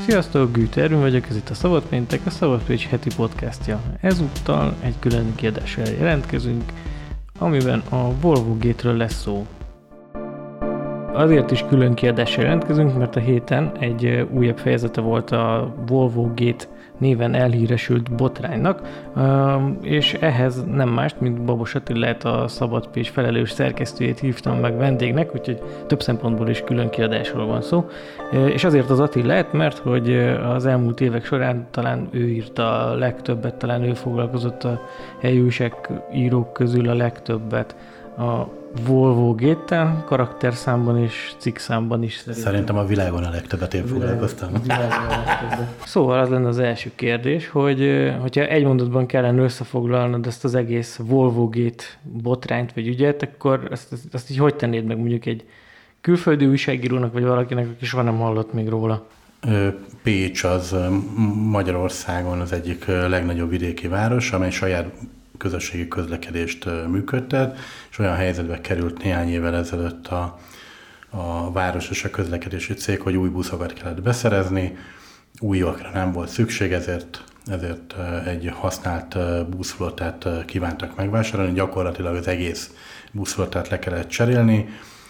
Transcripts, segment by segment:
Sziasztok, Gűt Ervin vagyok, ez itt a Szabad Péntek, a Szabad Pécs heti podcastja. Ezúttal egy külön kiadással jelentkezünk, amiben a Volvo Gate-ről lesz szó. Azért is külön kiadással jelentkezünk, mert a héten egy újabb fejezete volt a Volvo Gate néven elhíresült botránynak, és ehhez nem mást, mint Babos Attilát, a Szabad Pécs felelős szerkesztőjét hívtam meg vendégnek, úgyhogy több szempontból is külön kiadásról van szó. És azért az Attilát, mert hogy az elmúlt évek során talán ő írta a legtöbbet, talán ő foglalkozott a helyi újságírók közül a legtöbbet a Volvo Gate-tel, karakterszámban és cikkszámban is Szerintem a világon a legtöbbet én foglalkoztam. Szóval az lenne az első kérdés, hogy hogyha egy mondatban kellene összefoglalnod ezt az egész Volvo Gate botrányt vagy ügyet, akkor azt így hogy tennéd meg mondjuk egy külföldi újságírónak, vagy valakinek, aki soha nem hallott még róla? Pécs az Magyarországon az egyik legnagyobb vidéki város, amely saját közösségi közlekedést működtet, és olyan helyzetbe került néhány évvel ezelőtt a város és a közlekedési cég, hogy új buszokat kellett beszerezni, újakra nem volt szükség, ezért egy használt buszflottát kívántak megvásárolni, gyakorlatilag az egész buszflottát le kellett cserélni.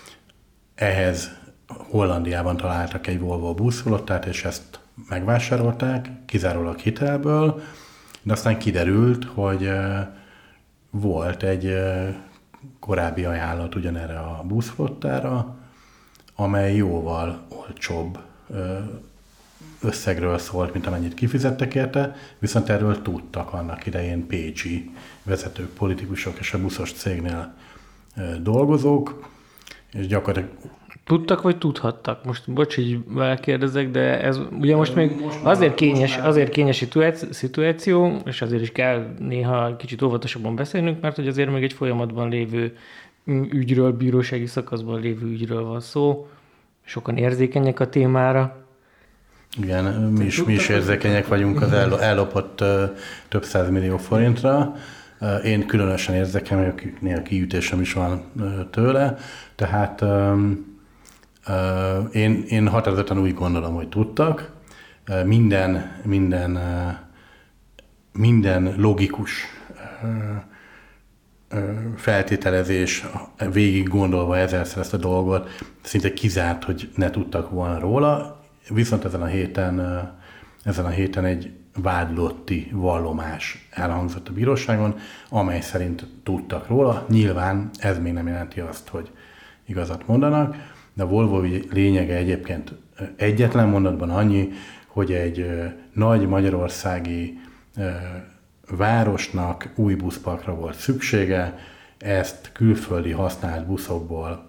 Ehhez Hollandiában találtak egy Volvo buszflottát, és ezt megvásárolták, kizárólag hitelből, de aztán kiderült, hogy volt egy korábbi ajánlat ugyanerre a buszflottára, amely jóval olcsóbb összegről szólt, mint amennyit kifizettek érte, viszont erről tudtak annak idején pécsi vezetők, politikusok és a buszos cégnél dolgozók, és gyakorlatilag tudtak, vagy tudhattak? Most bocs, így elkérdezek, de ez ugye most még azért kényes szituáció, és azért is kell néha kicsit óvatosabban beszélnünk, mert hogy azért még egy folyamatban lévő ügyről, bírósági szakaszban lévő ügyről van szó. Sokan érzékenyek a témára. Igen, mi is érzékenyek vagyunk az ellopott több 100 millió forintra. Én különösen érzékeny vagyok, néha kiütésem is van tőle, tehát én határozottan úgy gondolom, hogy tudtak. Minden logikus feltételezés, végig gondolva ezerszer ezt a dolgot, szinte kizárt, hogy ne tudtak volna róla. Viszont ezen a héten egy vádlotti vallomás elhangzott a bíróságon, amely szerint tudtak róla. Nyilván ez még nem jelenti azt, hogy igazat mondanak, de a Volvo lényege egyébként egyetlen mondatban annyi, hogy egy nagy magyarországi városnak új buszparkra volt szüksége, ezt külföldi használt buszokból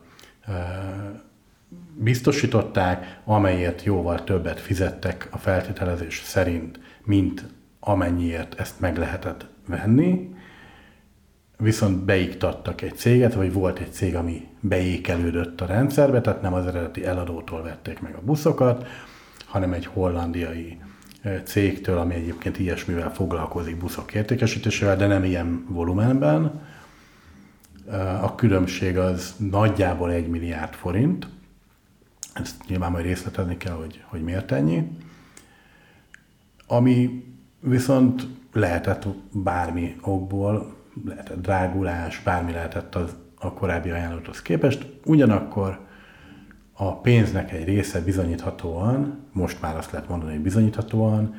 biztosították, amelyért jóval többet fizettek a feltételezés szerint, mint amennyiért ezt meg lehetett venni. Viszont beiktattak egy céget, vagy volt egy cég, ami beékelődött a rendszerbe, tehát nem az eredeti eladótól vették meg a buszokat, hanem egy hollandiai cégtől, ami egyébként ilyesmivel foglalkozik, buszok értékesítésével, de nem ilyen volumenben. A különbség az nagyjából 1 milliárd forint. Ezt nyilván majd részletezni kell, hogy miért ennyi. Ami viszont lehetett bármi okból, lehetett drágulás, bármi lehetett a korábbi ajánlathoz képest. Ugyanakkor a pénznek egy része bizonyíthatóan, most már azt lehet mondani, hogy bizonyíthatóan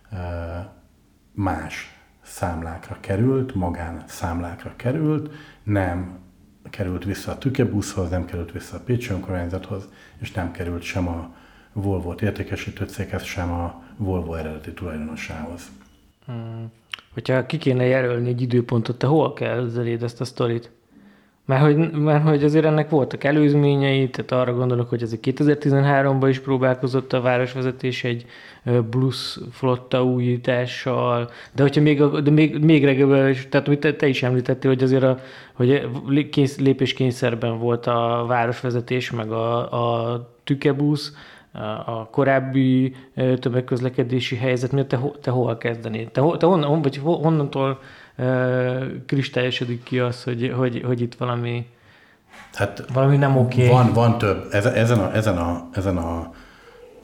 más számlákra került, magánszámlákra került, nem került vissza a Tükebuszhoz, nem került vissza a Pécsi Önkormányzathoz, és nem került sem a Volvo-t értékesítő céghez, sem a Volvo eredeti tulajdonosához. Hogyha ki kéne jelölni egy időpontot, te hol kezdenéd ezt a sztorit? Mert hogy azért ennek voltak előzményei, tehát arra gondolok, hogy azért 2013-ban is próbálkozott a városvezetés egy plusz flotta újítással, de hogyha még régebben, tehát amit te is említettél, hogy azért hogy lépéskényszerben volt a városvezetés, meg a Tükebusz, a korábbi tömegközlekedési helyzet miatt te hol kezdenéd? Te honnantól kristályosodik ki az, hogy itt valami nem oké? Van több. Ezen a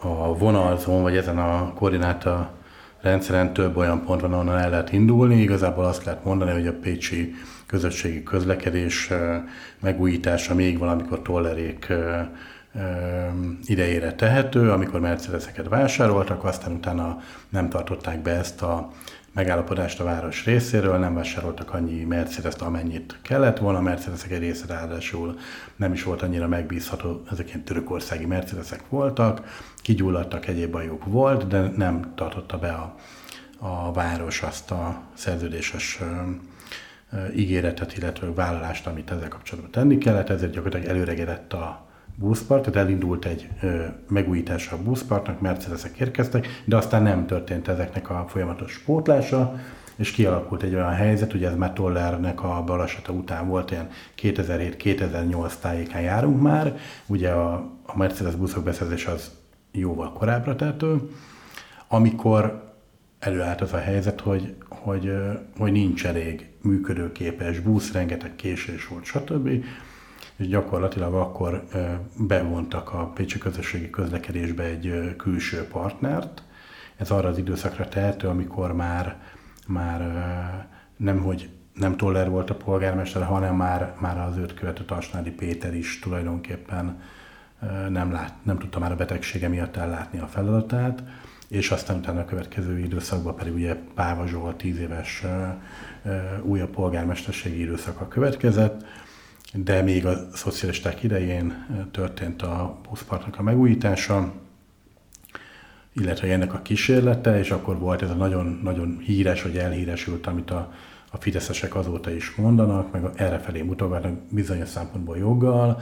a vonalzón, vagy ezen a koordináta rendszeren több olyan pont van, ahonnan el lehet indulni. Igazából azt lehet mondani, hogy a pécsi közösségi közlekedés megújítása még valamikor Tollerék idejére tehető, amikor Mercedeseket vásároltak, aztán utána nem tartották be ezt a megállapodást a város részéről, nem vásároltak annyi Mercedes-t, amennyit kellett volna. A Mercedesek egy része ráadásul nem is volt annyira megbízható, ezek ilyen törökországi Mercedesek voltak, kigyulladtak, egyéb bajuk volt, de nem tartotta be a város azt a szerződéses ígéretet, illetve vállalást, amit ezzel kapcsolatban tenni kellett, ezért gyakorlatilag előregedett a buszpart, tehát elindult egy megújítása a buszpartnak, Mercedesek érkeztek, de aztán nem történt ezeknek a folyamatos pótlása, és kialakult egy olyan helyzet, ugye ez már Tollernek a balesete után volt, ilyen 2007-2008 tájékán járunk már, ugye a Mercedes buszok beszerzése az jóval korábbra tehető, amikor előállt az a helyzet, hogy nincs elég működőképes busz, rengeteg késés volt, stb., és gyakorlatilag akkor bevontak a pécsi közösségi közlekedésbe egy külső partnert. Ez arra az időszakra tehető, amikor már nem Toller volt a polgármester, hanem már az őt követő Tasnádi Péter is tulajdonképpen nem tudta már a betegsége miatt ellátni a feladatát, és aztán utána a következő időszakban pedig ugye Páva Zsolt 10 éves újabb polgármesterségi időszaka következett, de még a szocialisták idején történt a buszparknak a megújítása, illetve ennek a kísérlete, és akkor volt ez a nagyon, nagyon híres, vagy elhíresült, amit a fideszesek azóta is mondanak, meg errefelé mutogatnak bizonyos szempontból joggal,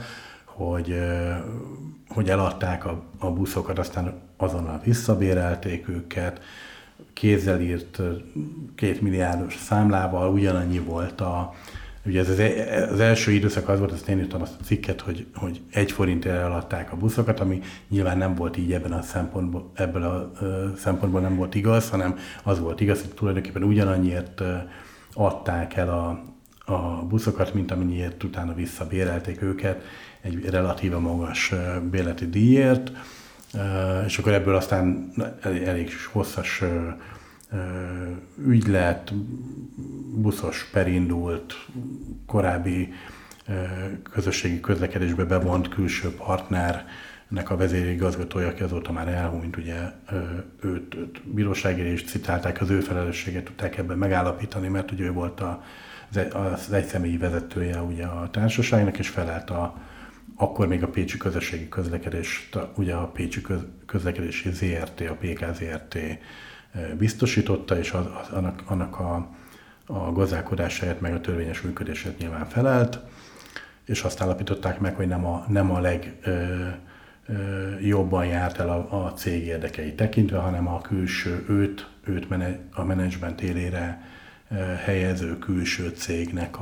hogy eladták a buszokat, aztán azonnal visszabérelték őket, kézzel írt 2 milliárdos számlával, ugyanannyi volt ugye ez az első időszak az volt, azt én írtam azt a cikket, hogy 1 forintért eladták a buszokat, ami nyilván nem volt így ebből a szempontból nem volt igaz, hanem az volt igaz, hogy tulajdonképpen ugyanannyiért adták el a buszokat, mint amennyiért utána visszabérelték őket egy relatíve magas bérleti díjért, és akkor ebből aztán elég hosszas ügylet, buszos per indult, korábbi közösségi közlekedésbe bevont külső partnernek a vezérigazgatója, aki azóta már elhunyt, ugye őt bíróságira is citálták, az ő felelősséget tudták ebben megállapítani, mert ugye ő volt az egyszemélyi vezetője ugye a társaságnak, és felelt akkor még a Pécsi Közösségi Közlekedést, ugye a Pécsi Közlekedési ZRT, a PK ZRT biztosította, és annak a gazdálkodásáért, meg a törvényes működésért nyilván felelt, és azt állapították meg, hogy nem a legjobban járt el a cég érdekeit tekintve, hanem a külső a menedzsment élére helyező külső cégnek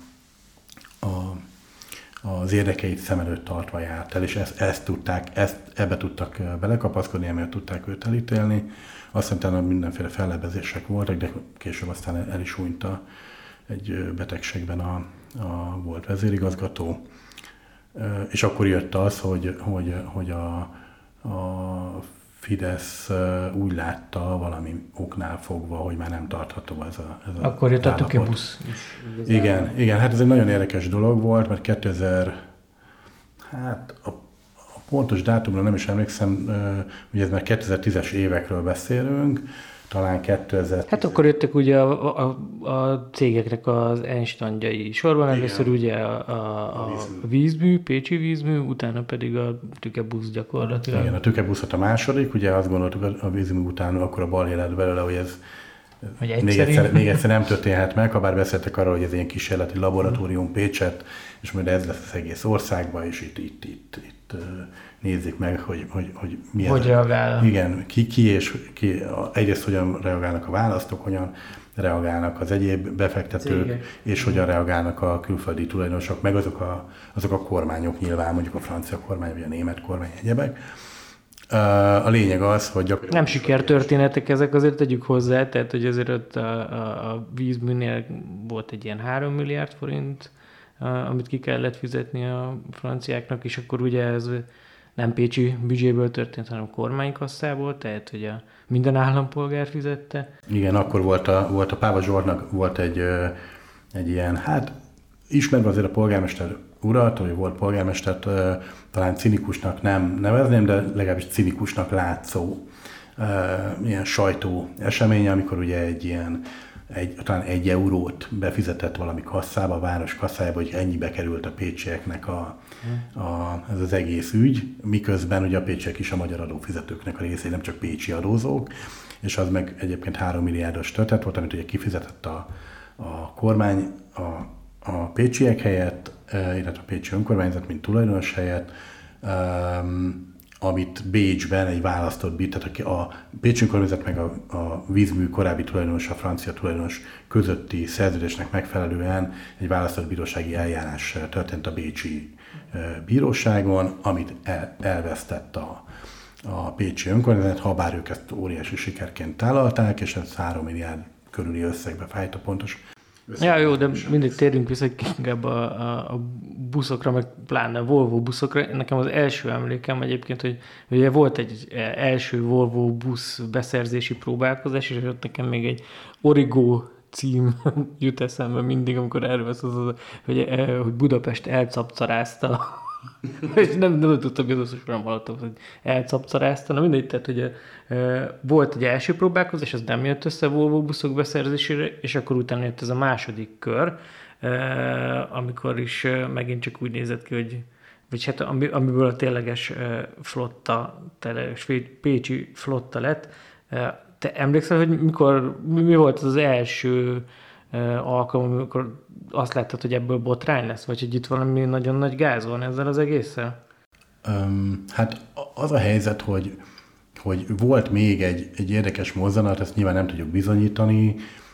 az érdekeit szem előtt tartva járt el, és ebbe tudtak belekapaszkodni, emiatt tudták őt elítélni. Aztán utána mindenféle fellebezések voltak, de később aztán el is hunyt egy betegségben a volt vezérigazgató. És akkor jött az, hogy a Fidesz úgy látta valami oknál fogva, hogy már nem tartható ez a akkor jött a tükebusz is. Igen, hát ez egy nagyon érdekes dolog volt, mert a pontos dátumra nem is emlékszem, ugye ez már 2010-es évekről beszélünk, talán 2000. Hát akkor jöttek ugye a cégeknek az enstandjai sorban, először ugye a vízmű, Pécsi vízmű, utána pedig a tükebusz gyakorlatilag. Igen, a tükebusz a második, ugye azt gondoltuk a vízmű után akkor a bal élet belőle, hogy ez még egyszer nem történhet meg, ha bár beszéltek arról, hogy ez ilyen kísérleti laboratórium Pécset, és majd ez lesz az egész országban, és itt nézzük meg, hogy milyen. Hogy reagál. Igen, ki egyrészt hogyan reagálnak a választók, hogyan reagálnak az egyéb befektetők, cégek, és hogyan reagálnak a külföldi tulajdonosok, meg azok a kormányok nyilván, mondjuk a francia kormány, vagy a német kormány, egyebek. A lényeg az, hogy nem sikertörténetek ezek, azért tegyük hozzá, tehát hogy azért ott a vízműnél volt egy ilyen 3 milliárd forint, amit ki kellett fizetni a franciáknak, és akkor ugye ez nem pécsi büdzséből történt, hanem kormánykasszából, tehát hogy minden állampolgár fizette. Igen, akkor volt a Páva Zsoltnak volt egy ilyen, hát ismerve azért a polgármester urat, hogy volt polgármestert, talán cinikusnak nem nevezném, de legalábbis cinikusnak látszó ilyen sajtó eseménye, amikor ugye talán 1 eurót befizetett valami kasszába, a város kasszájába, hogy ennyibe került a pécsieknek ez az egész ügy, miközben ugye a pécsiek is a magyar adófizetőknek a részei, nem csak pécsi adózók, és az meg egyébként 3 milliárdos történet volt, amit ugye kifizetett a kormány a pécsiek helyett, illetve a pécsi önkormányzat, mint tulajdonos helyett, amit Bécsben egy választott bíró, tehát a pécsi önkormányzat meg a vízmű korábbi tulajdonos, a francia tulajdonos közötti szerződésnek megfelelően egy választott bírósági eljárás történt a bécsi bíróságon, amit elvesztett a pécsi önkormányzat, ha bár ők ezt óriási sikerként tálalták, és ez 3 milliárd körüli összegbe fájt a pontos. Ja, jó, de mindig térjünk vissza inkább a buszokra, meg pláne Volvo buszokra. Nekem az első emlékem egyébként, hogy ugye volt egy első Volvo busz beszerzési próbálkozás, és ott nekem még egy Origo cím jut eszembe mindig, amikor erről szól, hogy Budapest elcapcarázta. És nem tudtam, hogy az nem hallottam, hogy elcapcarázta. Na mindegy, tehát ugye volt egy első próbálkozás, az nem jött össze Volvo buszok beszerzésére, és akkor utána jött ez a második kör, amikor is megint csak úgy nézett ki, hogy vagy hát amiből a tényleges flotta, pécsi flotta lett. Te emlékszel, hogy mi volt az első alkalom, amikor azt láttad, hogy ebből botrány lesz, vagy hogy itt valami nagyon nagy gáz van ezzel az egésszel? Hát az a helyzet, hogy volt még egy érdekes mozzanat, ezt nyilván nem tudjuk bizonyítani.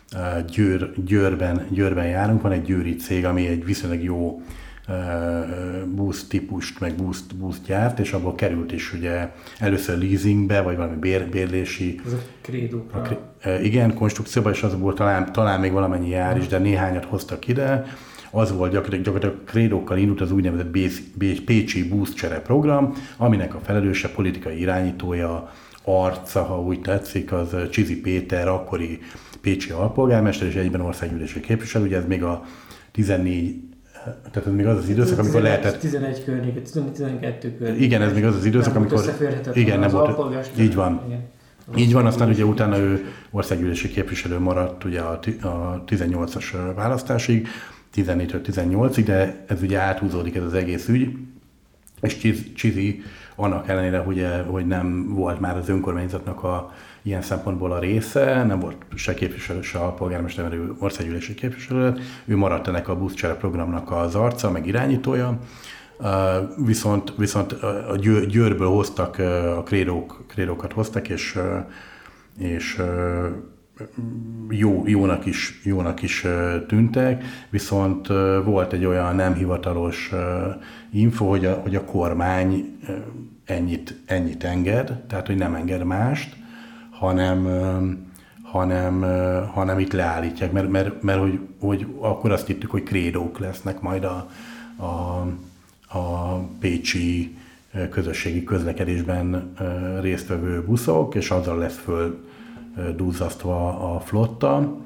Győrben járunk, van egy győri cég, ami egy viszonylag jó busz típust, meg buszt gyárt, és abból került is ugye először leasingbe, vagy valami bérlési... Ez a krédókra. Igen, konstrukcióban, és azból talán még valamennyi jár is, de néhányat hoztak ide. Az volt gyakorlatilag krédókkal indult az úgynevezett Pécsi buszcsere program, aminek a felelőse, politikai irányítója, arca, ha úgy tetszik, az Csizi Péter, akkori pécsi alpolgármester, és egyben országgyűlési képviselő, ugye ez még a 14, tehát ez még az időszak, amikor lehetett... 11 környéke, 12 környéke. Igen, ez még az időszak, amikor... Igen, nem volt. Így van. Igen. Így van, aztán ugye utána ő országgyűlési képviselő maradt ugye a 18-as választásig, 14-től 18-ig, de ez ugye áthúzódik ez az egész ügy, és Csizi annak ellenére, hogy nem volt már az önkormányzatnak ilyen szempontból a része, nem volt se képviselő, se alpolgármester, mert ő országgyűlési képviselő, ő maradt ennek a buszcsere programnak az arca, meg irányítója, viszont a Győrből hoztak, a krédókat hoztak, és jónak is tűntek, viszont volt egy olyan nem hivatalos info, hogy a kormány ennyit enged, tehát hogy nem enged mást, hanem itt leállítják, mert hogy akkor azt hittük, hogy krédók lesznek majd a pécsi közösségi közlekedésben résztvevő buszok, és azzal lesz földúzzasztva a flotta.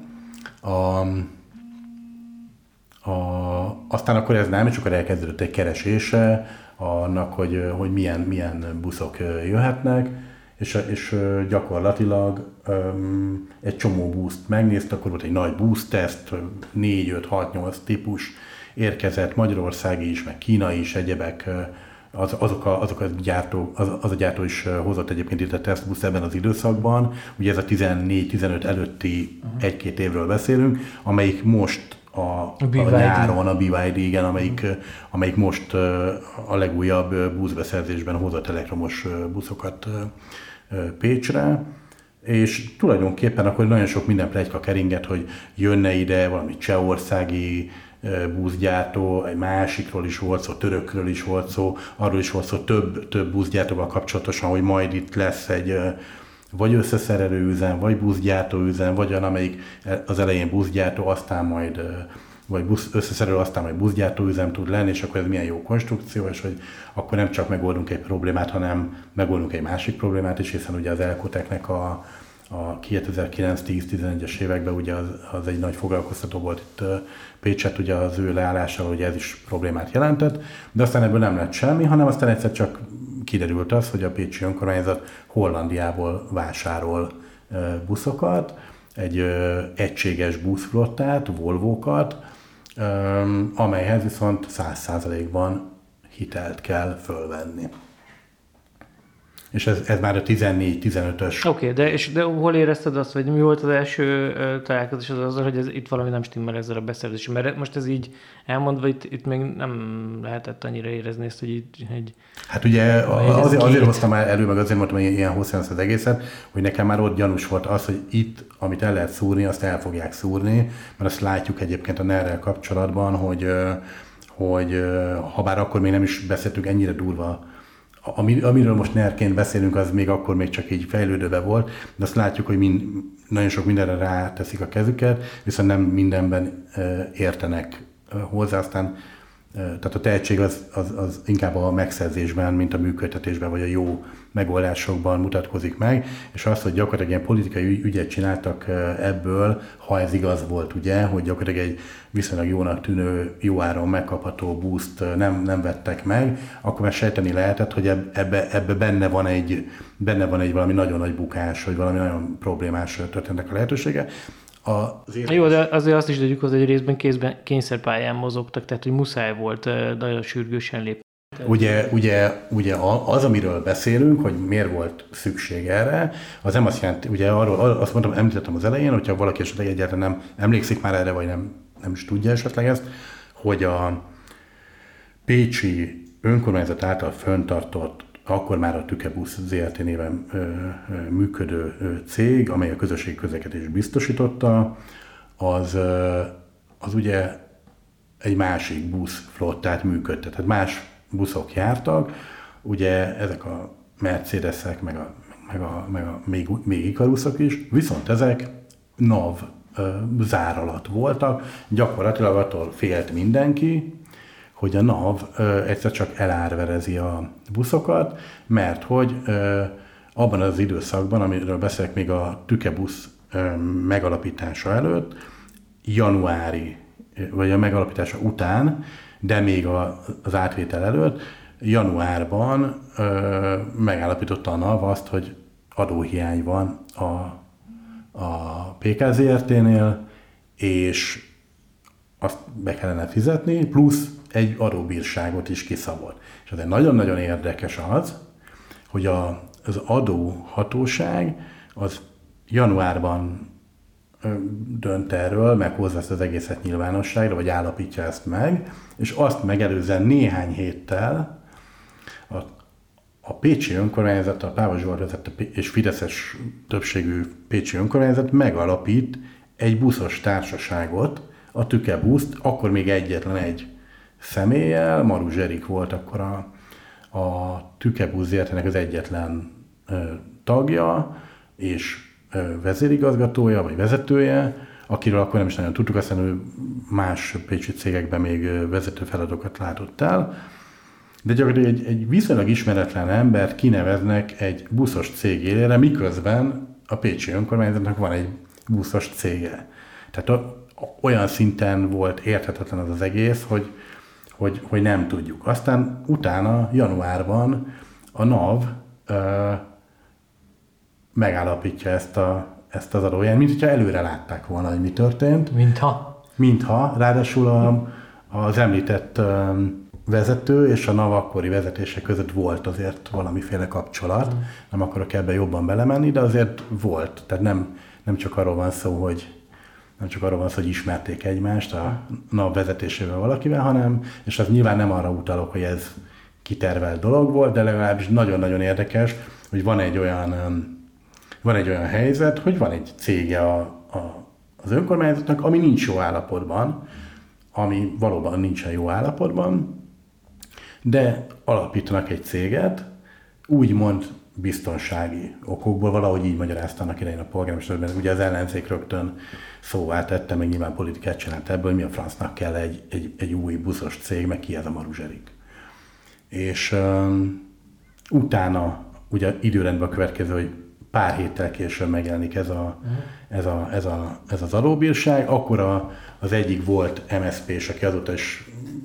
Aztán akkor ez nem, és akkor elkezdődött egy keresése annak, hogy milyen buszok jöhetnek, és gyakorlatilag egy csomó buszt megnézte, akkor volt egy nagy buszteszt, 4, 5, 6, 8 típus érkezett, magyarországi is, meg kínai is, egyebek, az a gyártó is hozott egyébként itt a tesztbusz ebben az időszakban, ugye ez a 14-15 előtti 1-2 évről beszélünk, amelyik most a nyáron a BYD, igen, amelyik most a legújabb buszbeszerzésben hozott elektromos buszokat Pécsre, és tulajdonképpen akkor nagyon sok minden pletyka keringett, hogy jönne ide valami csehországi buszgyártó, egy másikról is volt szó, törökről is volt szó, arról is volt szó több buszgyártóval kapcsolatosan, hogy majd itt lesz egy vagy összeszerelő üzem, vagy buszgyártó üzem, vagy olyan, amelyik az elején buszgyártó, aztán majd vagy busz összeszerelő, aztán majd buszgyártóüzem tud lenni, és akkor ez milyen jó konstrukció, és hogy akkor nem csak megoldunk egy problémát, hanem megoldunk egy másik problémát is, hiszen ugye az Elkoteknek a 2009-10-11-es években ugye az egy nagy foglalkoztató volt itt Pécset, ugye az ő leállásával, ugye ez is problémát jelentett, de aztán ebből nem lett semmi, hanem aztán egyszer csak kiderült az, hogy a pécsi önkormányzat Hollandiából vásárol buszokat, egy egységes buszflottát, Volvókat, amelyhez viszont 100%-ban hitelt kell fölvenni. És ez már a 14-15-ös. Oké, de hol érezted azt, vagy mi volt az első találkozás azzal, hogy itt valami nem stimmel ezzel a beszerzéssel? Mert most ez így elmondva, itt még nem lehetett annyira érezni ezt, hogy itt egy... Hát ugye azért hoztam már elő, meg azért mondtam, hogy ilyen hosszan az egészet, hogy nekem már ott gyanús volt az, hogy itt, amit el lehet szúrni, azt el fogják szúrni, mert azt látjuk egyébként a NER-rel kapcsolatban, hogy ha bár akkor még nem is beszéltünk ennyire durva, amiről most NER-ként beszélünk, az még akkor még csak így fejlődőbe volt, de azt látjuk, hogy nagyon sok mindenre ráteszik a kezüket, viszont nem mindenben értenek hozzá, aztán tehát a tehetség az inkább a megszerzésben, mint a működtetésben, vagy a jó megoldásokban mutatkozik meg, és az, hogy gyakorlatilag ilyen politikai ügyet csináltak ebből, ha ez igaz volt, ugye, hogy gyakorlatilag egy viszonylag jónak tűnő, jó áron megkapható buszt nem vettek meg, akkor már sejteni lehetett, hogy ebbe benne van egy valami nagyon nagy bukás, vagy valami nagyon problémás történetnek a lehetősége. Jó, de azért azt is tegyük hozzá, hogy részben kényszerpályán mozogtak, tehát hogy muszáj volt nagyon sürgősen lépni. Ugye az, amiről beszélünk, hogy miért volt szükség erre, az nem azt jelenti, ugye arról azt mondtam, említettem az elején, hogyha valaki esetleg egyáltalán nem emlékszik már erre, vagy nem is tudja esetleg ezt, hogy a pécsi önkormányzat által fenntartott, akkor már a Tükebusz ZRT néven működő cég, amely a közösségi közlekedést biztosította, az ugye egy másik buszflottát működtet. Tehát más buszok jártak, ugye ezek a Mercedesek, meg a még Ikaruszok is, viszont ezek NAV zár alatt voltak, gyakorlatilag attól félt mindenki, hogy a NAV egyszer csak elárverezi a buszokat, mert hogy abban az időszakban, amiről beszélek még a Tükebusz megalapítása előtt, januári, vagy a megalapítása után, de még az átvétel előtt, januárban megállapította a NAV azt, hogy adóhiány van a PK ZRT-nél, és azt be kellene fizetni, plusz egy adóbírságot is kiszabott. És azért nagyon-nagyon érdekes az, hogy az adóhatóság az januárban dönt erről, meg hozza ezt az egészet nyilvánosságra, vagy állapítja ezt meg, és azt megelőzően néhány héttel a pécsi önkormányzat, a Páva Zsolt vezette és fideszes többségű pécsi önkormányzat megalapít egy buszos társaságot, a Tükebuszt, akkor még egyetlen egy személlyel, Maruzs Erik volt akkor a Tükebusz ZRT-nek az egyetlen tagja, és vezérigazgatója, vagy vezetője, akiről akkor nem is nagyon tudtuk, aztán ő más pécsi cégekben még vezető feladatokat látott el, de gyakorlatilag egy viszonylag ismeretlen embert kineveznek egy buszos cég élére, miközben a pécsi önkormányzatnak van egy buszos cége. Tehát olyan szinten volt érthetetlen az egész, hogy nem tudjuk. Aztán utána, januárban a NAV megállapítja ezt az adóját, mint hogyha előre látták volna, hogy mi történt. Mintha, ráadásul az említett vezető és a NAV akkori vezetése között volt azért valamiféle kapcsolat. Nem akarok ebbe jobban belemenni, de azért volt. Tehát nem csak arról van szó, hogy ismerték egymást a NAV vezetésével valakivel, hanem, és az nyilván nem arra utalok, hogy ez kitervelt dolog volt, de legalábbis nagyon-nagyon érdekes, hogy van egy olyan helyzet, hogy van egy cége az önkormányzatnak, ami nincs jó állapotban, ami valóban nincsen jó állapotban, de alapítanak egy céget, úgymond biztonsági okokból, valahogy így magyarázta annak idején a polgármester, mert ugye az ellenzék rögtön szóvá tette, meg nyilván politikát csinált ebből, mi a francnak kell egy új buszos cég, meg ki ez a Maruzserik. És utána ugye időrendben a következő, hogy pár héttel később megjelenik ez az adóbírság, akkor az egyik volt MSZP-s, aki azóta is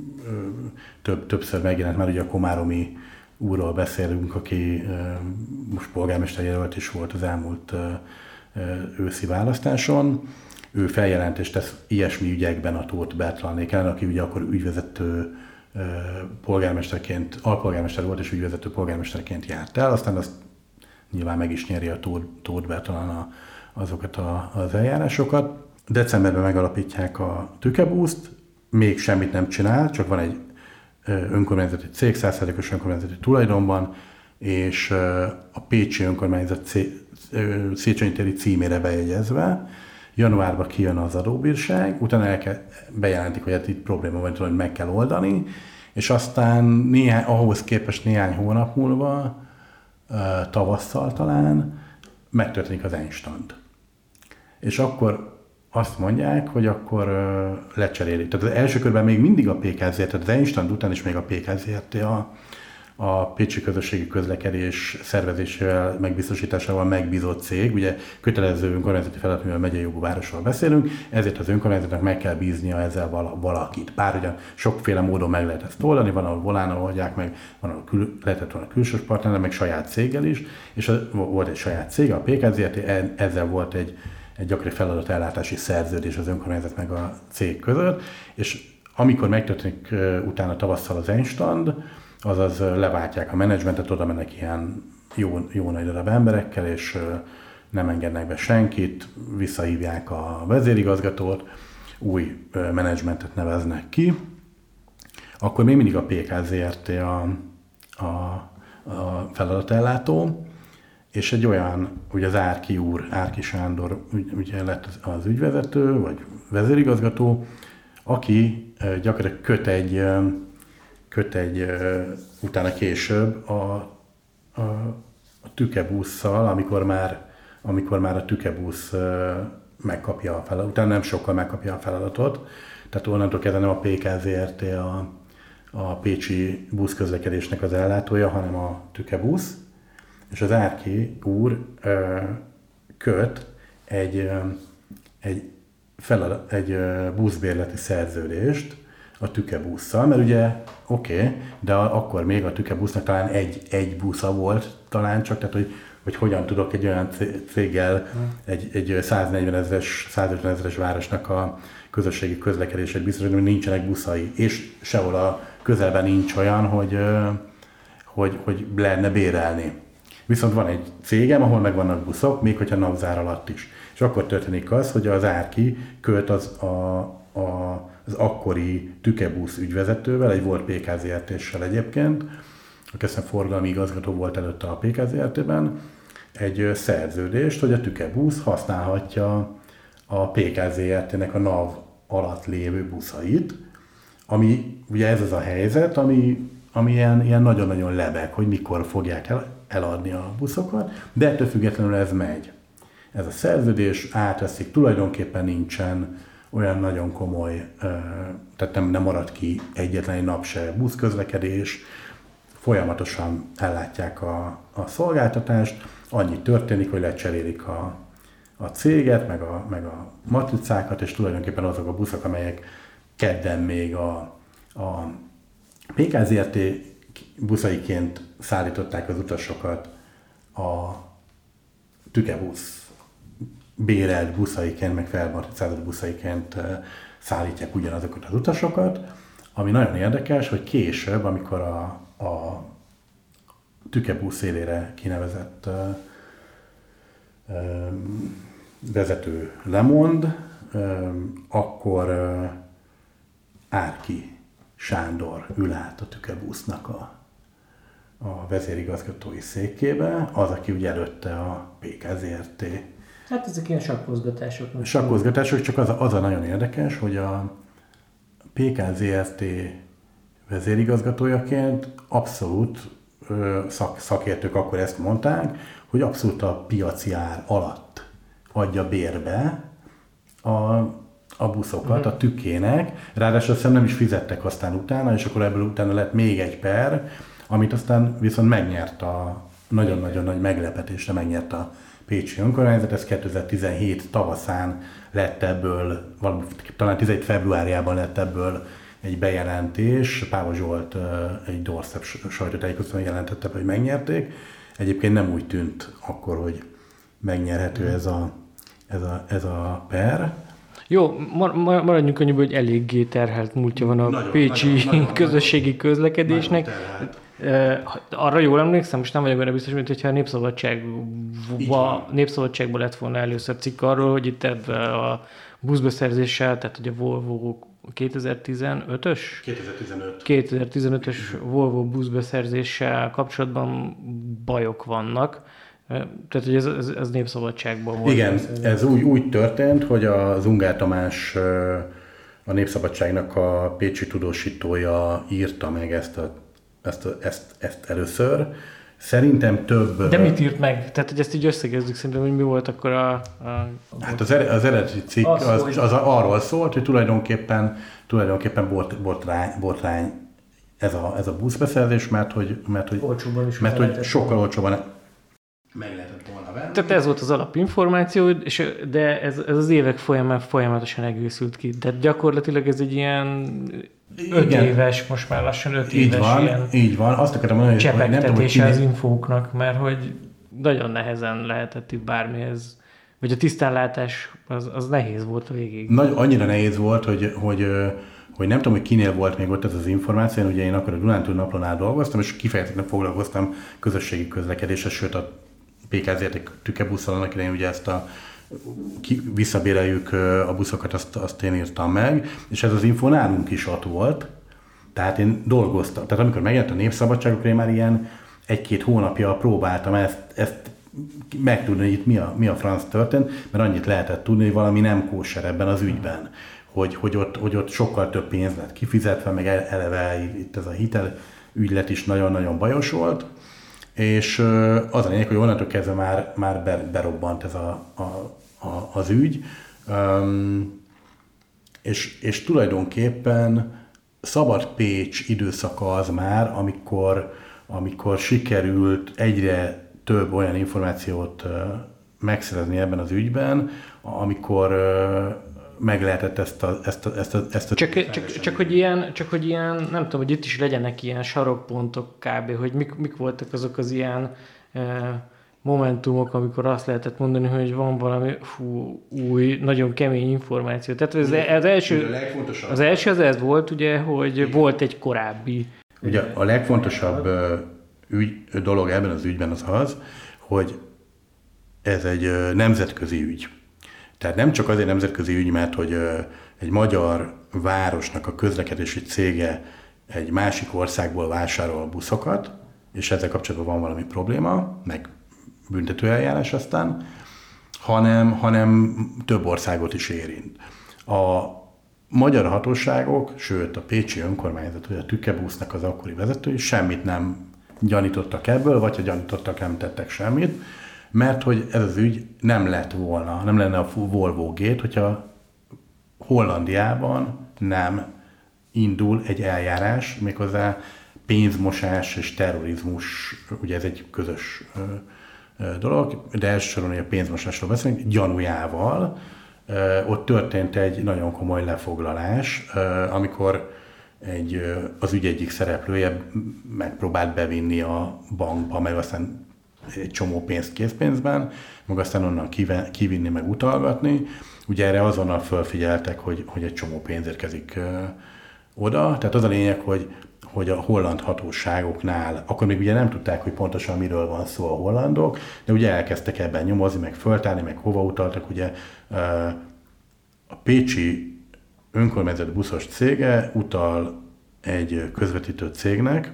többször megjelent, már ugye a komáromi úrról beszélünk, aki most polgármesterjelölt is volt az elmúlt őszi választáson. Ő feljelentést tesz ilyesmi ügyekben a Tóth Bertalannék ellen, aki ugye akkor ügyvezető polgármesterként, alpolgármester volt és ügyvezető polgármesterként járt el, aztán azt nyilván meg is nyeri a Tóth Bertalan azokat az eljárásokat. Decemberben megalapítják a Tükebuszt, még semmit nem csinál, csak van egy önkormányzati cég, 100%-os önkormányzati tulajdonban, és a pécsi önkormányzat Széchenyi téri címére bejegyezve. Januárban kijön az adóbírság, utána bejelentik, hogy itt probléma van, hogy meg kell oldani, és aztán ahhoz képest néhány hónap múlva, tavasszal talán, megtörténik az Einstand. És akkor azt mondják, hogy akkor lecserélik. Tehát az első körben még mindig a PKZ, tehát az Einstand után is még a PKZ a pécsi közösségi közlekedés szervezésével, megbiztosításával megbízott cég, ugye kötelező önkormányzati feladat, mivel megyei jogú városról beszélünk, ezért az önkormányzatnak meg kell bíznia ezzel valakit. Bár ugyan sokféle módon meg lehet ezt oldani, van, ahol volánnal oldják meg, van, ahol lehetett volna külsős partnerrel, meg saját céggel is, és volt egy saját cég, a PKZ-t, ezzel volt egy gyakori feladatellátási szerződés az önkormányzat meg a cég között, és amikor megtörténik utána tavasszal az Einstand, azaz leváltják a menedzsmentet, oda mennek ilyen jó nagy darab emberekkel, és nem engednek be senkit, visszahívják a vezérigazgatót, új menedzsmentet neveznek ki, akkor még mindig a PK Zrt. A feladatellátó, és egy olyan, ugye az Árki úr, Árki Sándor ugye lett az ügyvezető, vagy vezérigazgató, aki gyakorlatilag köt egy utána később a Tükebusszal, amikor már a Tükebusz megkapja a feladatot, utána nem sokkal megkapja a feladatot, tehát onnantól kezdve nem a PK Zrt. A pécsi buszközlekedésnek az ellátója, hanem a Tükebusz, és az Árki úr köt egy buszbérleti szerződést a Tükebusszal, mert ugye de akkor még a Tükebusznak talán egy busza volt talán csak, tehát hogy hogyan tudok egy olyan céggel egy 140 ezeres, 150 ezeres városnak a közösségi közlekedését biztosítani, hogy nincsenek buszai, és sehol a közelben nincs olyan, hogy lehetne bérelni. Viszont van egy cégem, ahol meg vannak buszok, még hogyha napzár alatt is. És akkor történik az, hogy az Árki költ az akkori Tükebusz ügyvezetővel, egy volt PK Zrt-sel egyébként, aki aztán forgalmi igazgató volt előtte a PK Zrt-ben, egy szerződést, hogy a Tükebusz használhatja a PK Zrt-nek a NAV alatt lévő buszait, ami ugye ez az a helyzet, ami ilyen nagyon-nagyon lebeg, hogy mikor fogják eladni a buszokat, de ettől függetlenül ez megy. Ez a szerződés átveszik, tulajdonképpen nincsen olyan nagyon komoly, tehát nem marad ki egyetlen egy nap se buszközlekedés, folyamatosan ellátják a szolgáltatást, annyi történik, hogy lecserélik a céget, meg a matricákat, és tulajdonképpen azok a buszok, amelyek kedden még a PK Zrt. Buszaiként szállították az utasokat, a Tükebusz bérelt buszaiként, meg felmatricázott buszaiként szállítják ugyanazokat az utasokat, ami nagyon érdekes, hogy később, amikor a Tükebusz élére kinevezett vezető lemond, akkor Árki Sándor ül át a Tükebusznak a vezérigazgatói székébe, az, aki ugye előtte a PK Zrt. Hát ezek ilyen sakkozgatások. Sakkozgatások, csak az a nagyon érdekes, hogy a PK Zrt. Vezérigazgatójaként abszolút szakértők akkor ezt mondták, hogy abszolút a piaci ár alatt adja bérbe a buszokat a tükkének, ráadásul aztán nem is fizettek aztán utána, és akkor ebből utána lett még egy per, amit aztán viszont megnyert nagyon-nagyon nagy meglepetésre megnyert a pécsi önkormányzat, ez 2017 tavaszán lett ebből, talán 11 februárjában lett ebből egy bejelentés, Páva Zsolt egy doorstep sajtótájékoztatón jelentette, hogy megnyerték. Egyébként nem úgy tűnt akkor, hogy megnyerhető ez a per. Jó, maradjunk annyiból, hogy eléggé terhelt múltja van a pécsi közösségi közlekedésnek. Arra jól emlékszem, most nem vagyok benne biztos, mint hogyha a Népszabadságban lett volna először cikk arról, hogy itt ebben a buszbeszerzéssel, tehát hogy a Volvo 2015-ös? 2015-ös Volvo buszbeszerzéssel kapcsolatban bajok vannak. Tehát, hogy ez Népszabadságban volt. Igen, ez úgy történt, hogy az Ungár Tamás, a Népszabadságnak a pécsi tudósítója írta meg ezt először. Szerintem több... De mit írt meg? Tehát, hogy ezt így összegezzük, szerintem, hogy mi volt akkor Hát az eredeti cikk az arról szólt, hogy tulajdonképpen botrány ez a buszbeszerzés, mert hogy sokkal olcsóban meg lehetett volna venni. Tehát ez volt az alapinformáció, de ez az évek folyamán folyamatosan egészült ki. Tehát gyakorlatilag ez egy ilyen 5 éves, most már lassan 5 éves ilyen így van. Azt akartam mondani, hogy nem tudom, hogy az infóknak, mert hogy nagyon nehezen lehetett itt bármihez, vagy a tisztánlátás az nehéz volt végig. Annyira nehéz volt, hogy nem tudom, hogy kinél volt még ott ez az információ. Ugye én akkor a Dunántúl Naplónál dolgoztam, és kifejezetten foglalkoztam közösségi közlekedéssel, sőt a PKZ-t tükebusszal annak idején ugye ezt visszabéreljük a buszokat, azt én írtam meg, és ez az info nálunk is ott volt, tehát én dolgoztam. Tehát amikor megjelent a Népszabadság, akkor én már ilyen 1-2 hónapja próbáltam ezt megtudni, hogy itt mi a franc történt, mert annyit lehetett tudni, hogy valami nem kóser ebben az ügyben, hogy ott sokkal több pénz lett kifizetve, meg eleve itt ez a hitel ügylet is nagyon-nagyon bajos volt, és az a lényeg, hogy onnantól kezdve már berobbant ez az ügy, és tulajdonképpen Szabad Pécs időszaka az már, amikor sikerült egyre több olyan információt megszerezni ebben az ügyben, amikor meg lehetett ezt a csak hogy ilyen, nem tudom, hogy itt is legyenek ilyen sarokpontok kb., hogy mik voltak azok az ilyen momentumok, amikor azt lehetett mondani, hogy van valami új, nagyon kemény információ. Tehát az első az volt, ugye, hogy igen. Volt egy korábbi. Ugye a legfontosabb dolog ebben az ügyben az, hogy ez egy nemzetközi ügy. Tehát nem csak azért nemzetközi ügy, mert hogy egy magyar városnak a közlekedési cége egy másik országból vásárol buszokat, és ezzel kapcsolatban van valami probléma, meg büntetőeljárás aztán, hanem több országot is érint. A magyar hatóságok, sőt a pécsi önkormányzat, vagy a tükebusznak az akkori vezetői semmit nem gyanítottak ebből, vagy ha gyanítottak, nem tettek semmit, mert hogy ez az ügy nem lenne a Volvo Gate, hogyha Hollandiában nem indul egy eljárás, méghozzá pénzmosás és terrorizmus, ugye ez egy közös dolog, de elsősorban a pénzmosásról beszélünk, gyanújával. Ott történt egy nagyon komoly lefoglalás, amikor az ügy egyik szereplője megpróbált bevinni a bankba, meg aztán egy csomó pénzt készpénzben, meg aztán onnan kivinni, meg utalgatni. Ugye erre azonnal felfigyeltek, hogy egy csomó pénz érkezik oda. Tehát az a lényeg, hogy a holland hatóságoknál, akkor még ugye nem tudták, hogy pontosan miről van szó a hollandok, de ugye elkezdtek ebben nyomozni, meg föltárni, meg hova utaltak. Ugye a pécsi önkormányzat buszos cége utal egy közvetítő cégnek,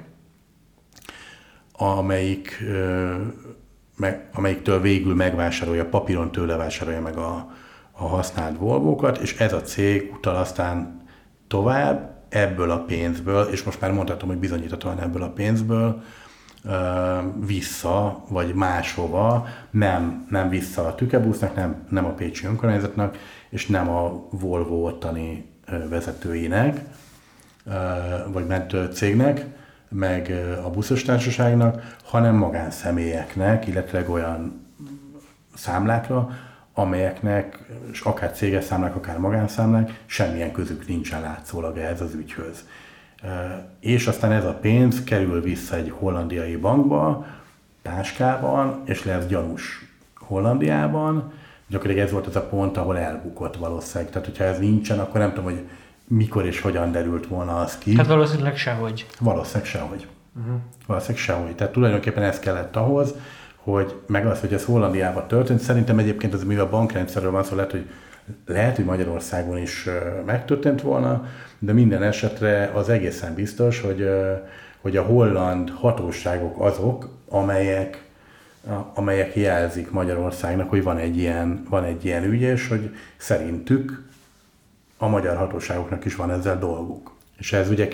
amelyiktől végül megvásárolja, papíron tőle vásárolja meg a használt Volvókat, és ez a cég utal aztán tovább ebből a pénzből, és most már mondhatom, hogy bizonyíthatóan ebből a pénzből vissza, vagy máshova, nem vissza a Tükebusznak, nem a pécsi önkormányzatnak, és nem a Volvo ottani vezetőinek, vagy mentő cégnek, meg a buszos társaságnak, hanem magánszemélyeknek, illetve olyan számlákra, amelyeknek, és akár céges számlák, akár magánszámlák, semmilyen közük nincsen látszólag ehhez az ügyhöz. És aztán ez a pénz kerül vissza egy hollandiai bankba, táskában, és lesz gyanús Hollandiában. Gyakorlatilag ez volt az a pont, ahol elbukott valószínűleg. Tehát, hogyha ez nincsen, akkor nem tudom, hogy mikor és hogyan derült volna az ki. Hát valószínűleg sehogy. Valószínűleg sehogy. Valószínűleg sehogy. Tehát tulajdonképpen ez kellett ahhoz, hogy meg az, hogy ez Hollandiában történt. Szerintem egyébként az, mivel a bankrendszerről van szó, lehet, hogy Magyarországon is megtörtént volna, de minden esetre az egészen biztos, hogy a holland hatóságok azok, amelyek jelzik Magyarországnak, hogy van egy ilyen ügy, és hogy szerintük a magyar hatóságoknak is van ezzel dolguk. És ez ugye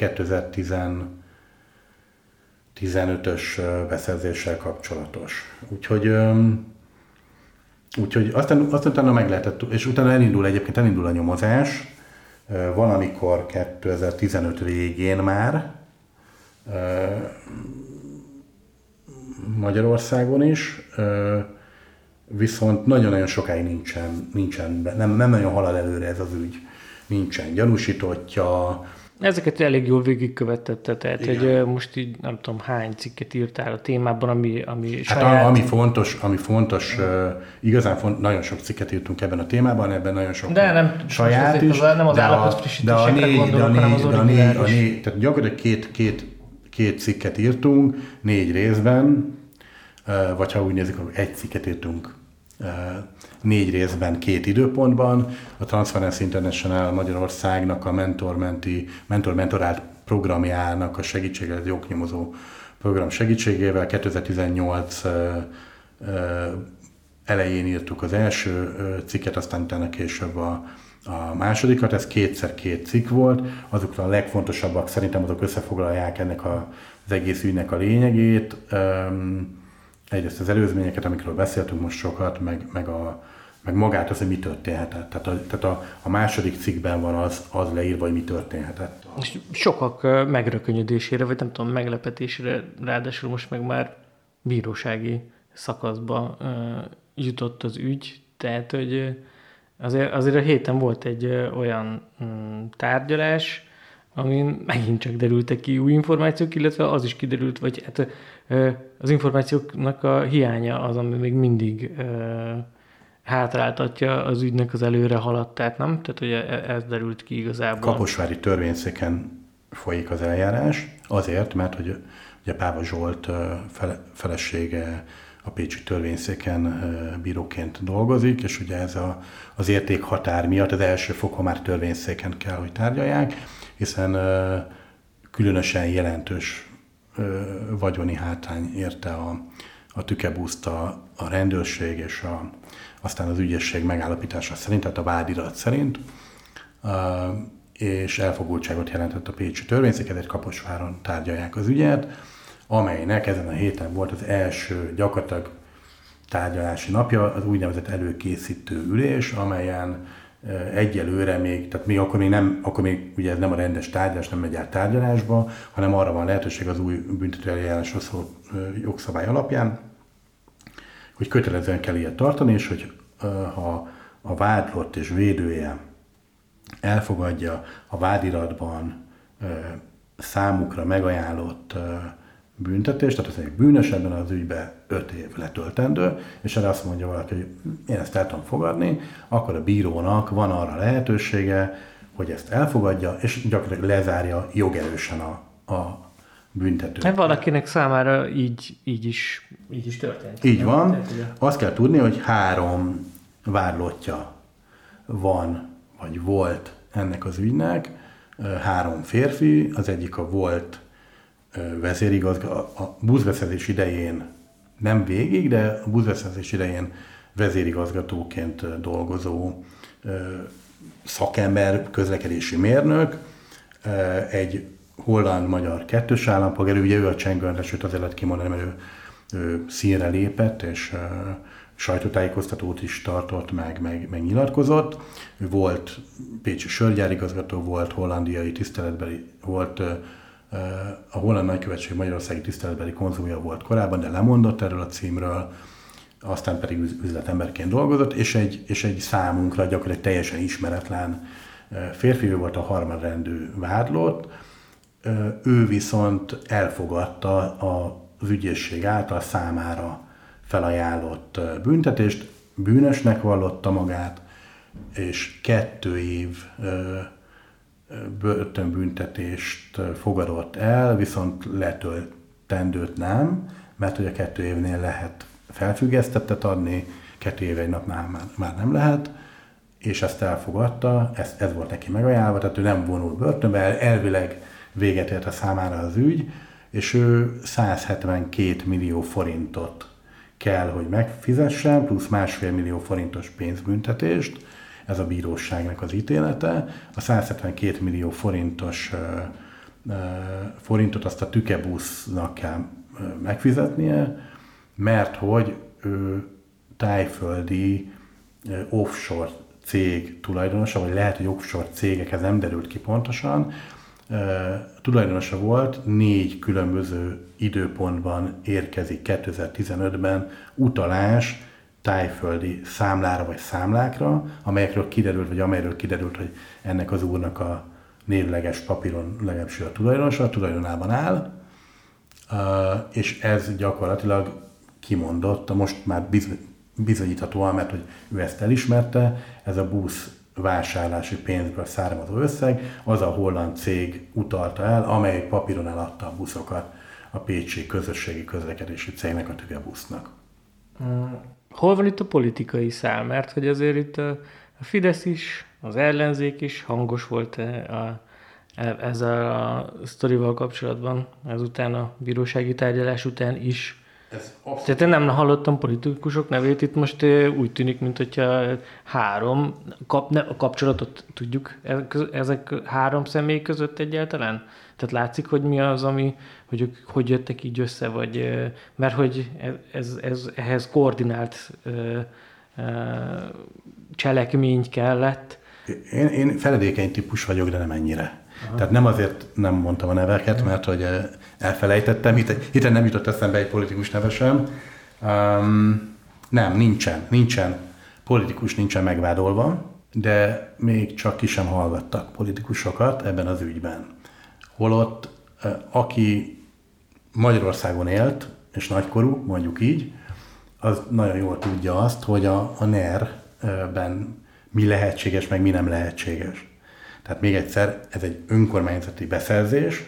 2015-ös beszerzéssel kapcsolatos. Úgyhogy aztán utána meg lehetett, és utána elindul a nyomozás, valamikor 2015 végén már, Magyarországon is, viszont nagyon-nagyon sokáig nem nagyon halad előre ez az ügy. Nincsen gyanúsítottja. Ezeket elég jól végigkövetette, tehát hogy most így nem tudom hány cikket írtál a témában, ami saját... Ami fontos, igazán nagyon sok cikket írtunk ebben a témában, ebben nagyon sok de nem, saját is. Nem az állapotfrissítésekre gondolok, hanem az originális. Tehát gyakorlatilag két cikket írtunk, 4 részben, vagy ha úgy nézzük, akkor 1 cikket írtunk 4 részben, 2 időpontban. A Transparency International Magyarországnak a mentorált programjának a segítségével, a jognyomozó program segítségével 2018 elején írtuk az első cikket, aztán utána később a másodikat. Ez 2x2 cikk volt. Azokra a legfontosabbak szerintem azok összefoglalják ennek az egész ügynek a lényegét. Egyrészt az előzményeket, amikről beszéltünk most sokat, meg magát az, hogy mi történhetett. Tehát a második cikkben van az leírva, hogy mi történhetett. És sokak megrökönyödésére, vagy nem tudom, meglepetésére, ráadásul most meg már bírósági szakaszba jutott az ügy. Tehát, hogy azért a héten volt egy olyan tárgyalás, amin megint csak derültek ki új információk, illetve az is kiderült, vagy hát az információknak a hiánya az, ami még mindig hátráltatja az ügynek az előre haladtát, nem? Tehát, hogy ez derült ki igazából. Kaposvári törvényszéken folyik az eljárás, azért, mert hogy ugye Páva Zsolt felesége a pécsi törvényszéken bíróként dolgozik, és ugye ez az értékhatár miatt az első fokon már törvényszéken kell, hogy tárgyalják, hiszen különösen jelentős vagyoni hátrány érte a Tükebuszt a rendőrség és aztán az ügyészség megállapítása szerint, tehát a vádirat szerint, és elfogultságot jelentett a pécsi törvényszék, ezért Kaposváron tárgyalják az ügyet, amelynek ezen a héten volt az első gyakorlatilag tárgyalási napja, az úgynevezett előkészítő ülés, amelyen egyelőre még, tehát még akkor még ugye ez nem a rendes tárgyalás, nem megy át tárgyalásba, hanem arra van lehetőség az új büntetőeljárásról szóló jogszabály alapján, hogy kötelezően kell ilyet tartani, és hogy ha a vádlott és védője elfogadja a vádiratban számukra megajánlott büntetést, tehát az egy bűnös ebben az ügyben 5 év letöltendő, és erre azt mondja valaki, hogy én ezt el tudom fogadni, akkor a bírónak van arra lehetősége, hogy ezt elfogadja, és gyakorlatilag lezárja jogerősen a büntetőt. Hát valakinek számára így is történt. Így van. Azt kell tudni, hogy 3 vádlottja van, vagy volt ennek az ügynek, 3 férfi, az egyik a volt a buszbeszerzés idején nem végig, de a buszbeszerzés idején vezérigazgatóként dolgozó szakember, közlekedési mérnök, egy holland-magyar kettős állampolgár, ugye ő a csengőn, sőt azért lehet kimondani, mert ő színre lépett, és sajtótájékoztatót is tartott, meg nyilatkozott. Ő volt pécsi sörgyárigazgató, volt hollandiai tiszteletbeli, volt a holland nagykövetség magyarországi tiszteletbeli konzulja volt korábban, de lemondott erről a címről, aztán pedig üzletemberként dolgozott, és egy számunkra gyakorlatilag teljesen ismeretlen férfi, ő volt a harmadrendű vádlott, ő viszont elfogadta az ügyészség által számára felajánlott büntetést, bűnösnek vallotta magát, és 2 év börtönbüntetést fogadott el, viszont letöltendőt nem, mert hogy a 2 évnél lehet felfüggesztettet adni, 2 év egy napnál már nem lehet, és ezt elfogadta, ez volt neki megajánlva, tehát ő nem vonult börtönbe, elvileg véget ért a számára az ügy, és ő 172 millió forintot kell, hogy megfizessen, plusz 1,5 millió forintos pénzbüntetést, ez a bíróságnak az ítélete. A 172 millió forintot azt a Tükebusznak kell megfizetnie, mert hogy ő tájföldi offshore cég tulajdonosa, vagy lehet, hogy offshore cégek, ez nem derült ki pontosan, tulajdonosa volt, 4 különböző időpontban érkezik 2015-ben utalás tájföldi számlára vagy számlákra, amelyről kiderült, hogy ennek az úrnak a névleges papíron legalábbis a tulajdonosa, a tulajdonában áll, és ez gyakorlatilag kimondott, most már bizonyíthatóan, mert hogy ő ezt elismerte, ez a busz vásárlási pénzből származó összeg, az a holland cég utalta el, amely papíron eladta a buszokat a pécsi közösségi közlekedési cégnek, a Tükebusznak. Hol van itt a politikai szál? Mert hogy azért itt a Fidesz is, az ellenzék is hangos volt ezzel a sztorival kapcsolatban, ezután a bírósági tárgyalás után is. Tehát én nem hallottam politikusok nevét, itt most úgy tűnik, mint hogyha 3 a kapcsolatot tudjuk ezek 3 személy között egyáltalán? Tehát látszik, hogy mi az, hogy ők hogy jöttek így össze, vagy mert hogy ez ehhez koordinált cselekmény kellett. Én feledékeny típus vagyok, de nem ennyire. Aha. Tehát nem azért nem mondtam a neveket, mert hogy elfelejtettem, hiszen nem jutott eszembe egy politikus neve sem. Nem, nincsen. Politikus nincsen megvádolva, de még csak ki sem hallgattak politikusokat ebben az ügyben. Holott, aki Magyarországon élt, és nagykorú, mondjuk így, az nagyon jól tudja azt, hogy a NER-ben mi lehetséges, meg mi nem lehetséges. Tehát még egyszer, ez egy önkormányzati beszerzés,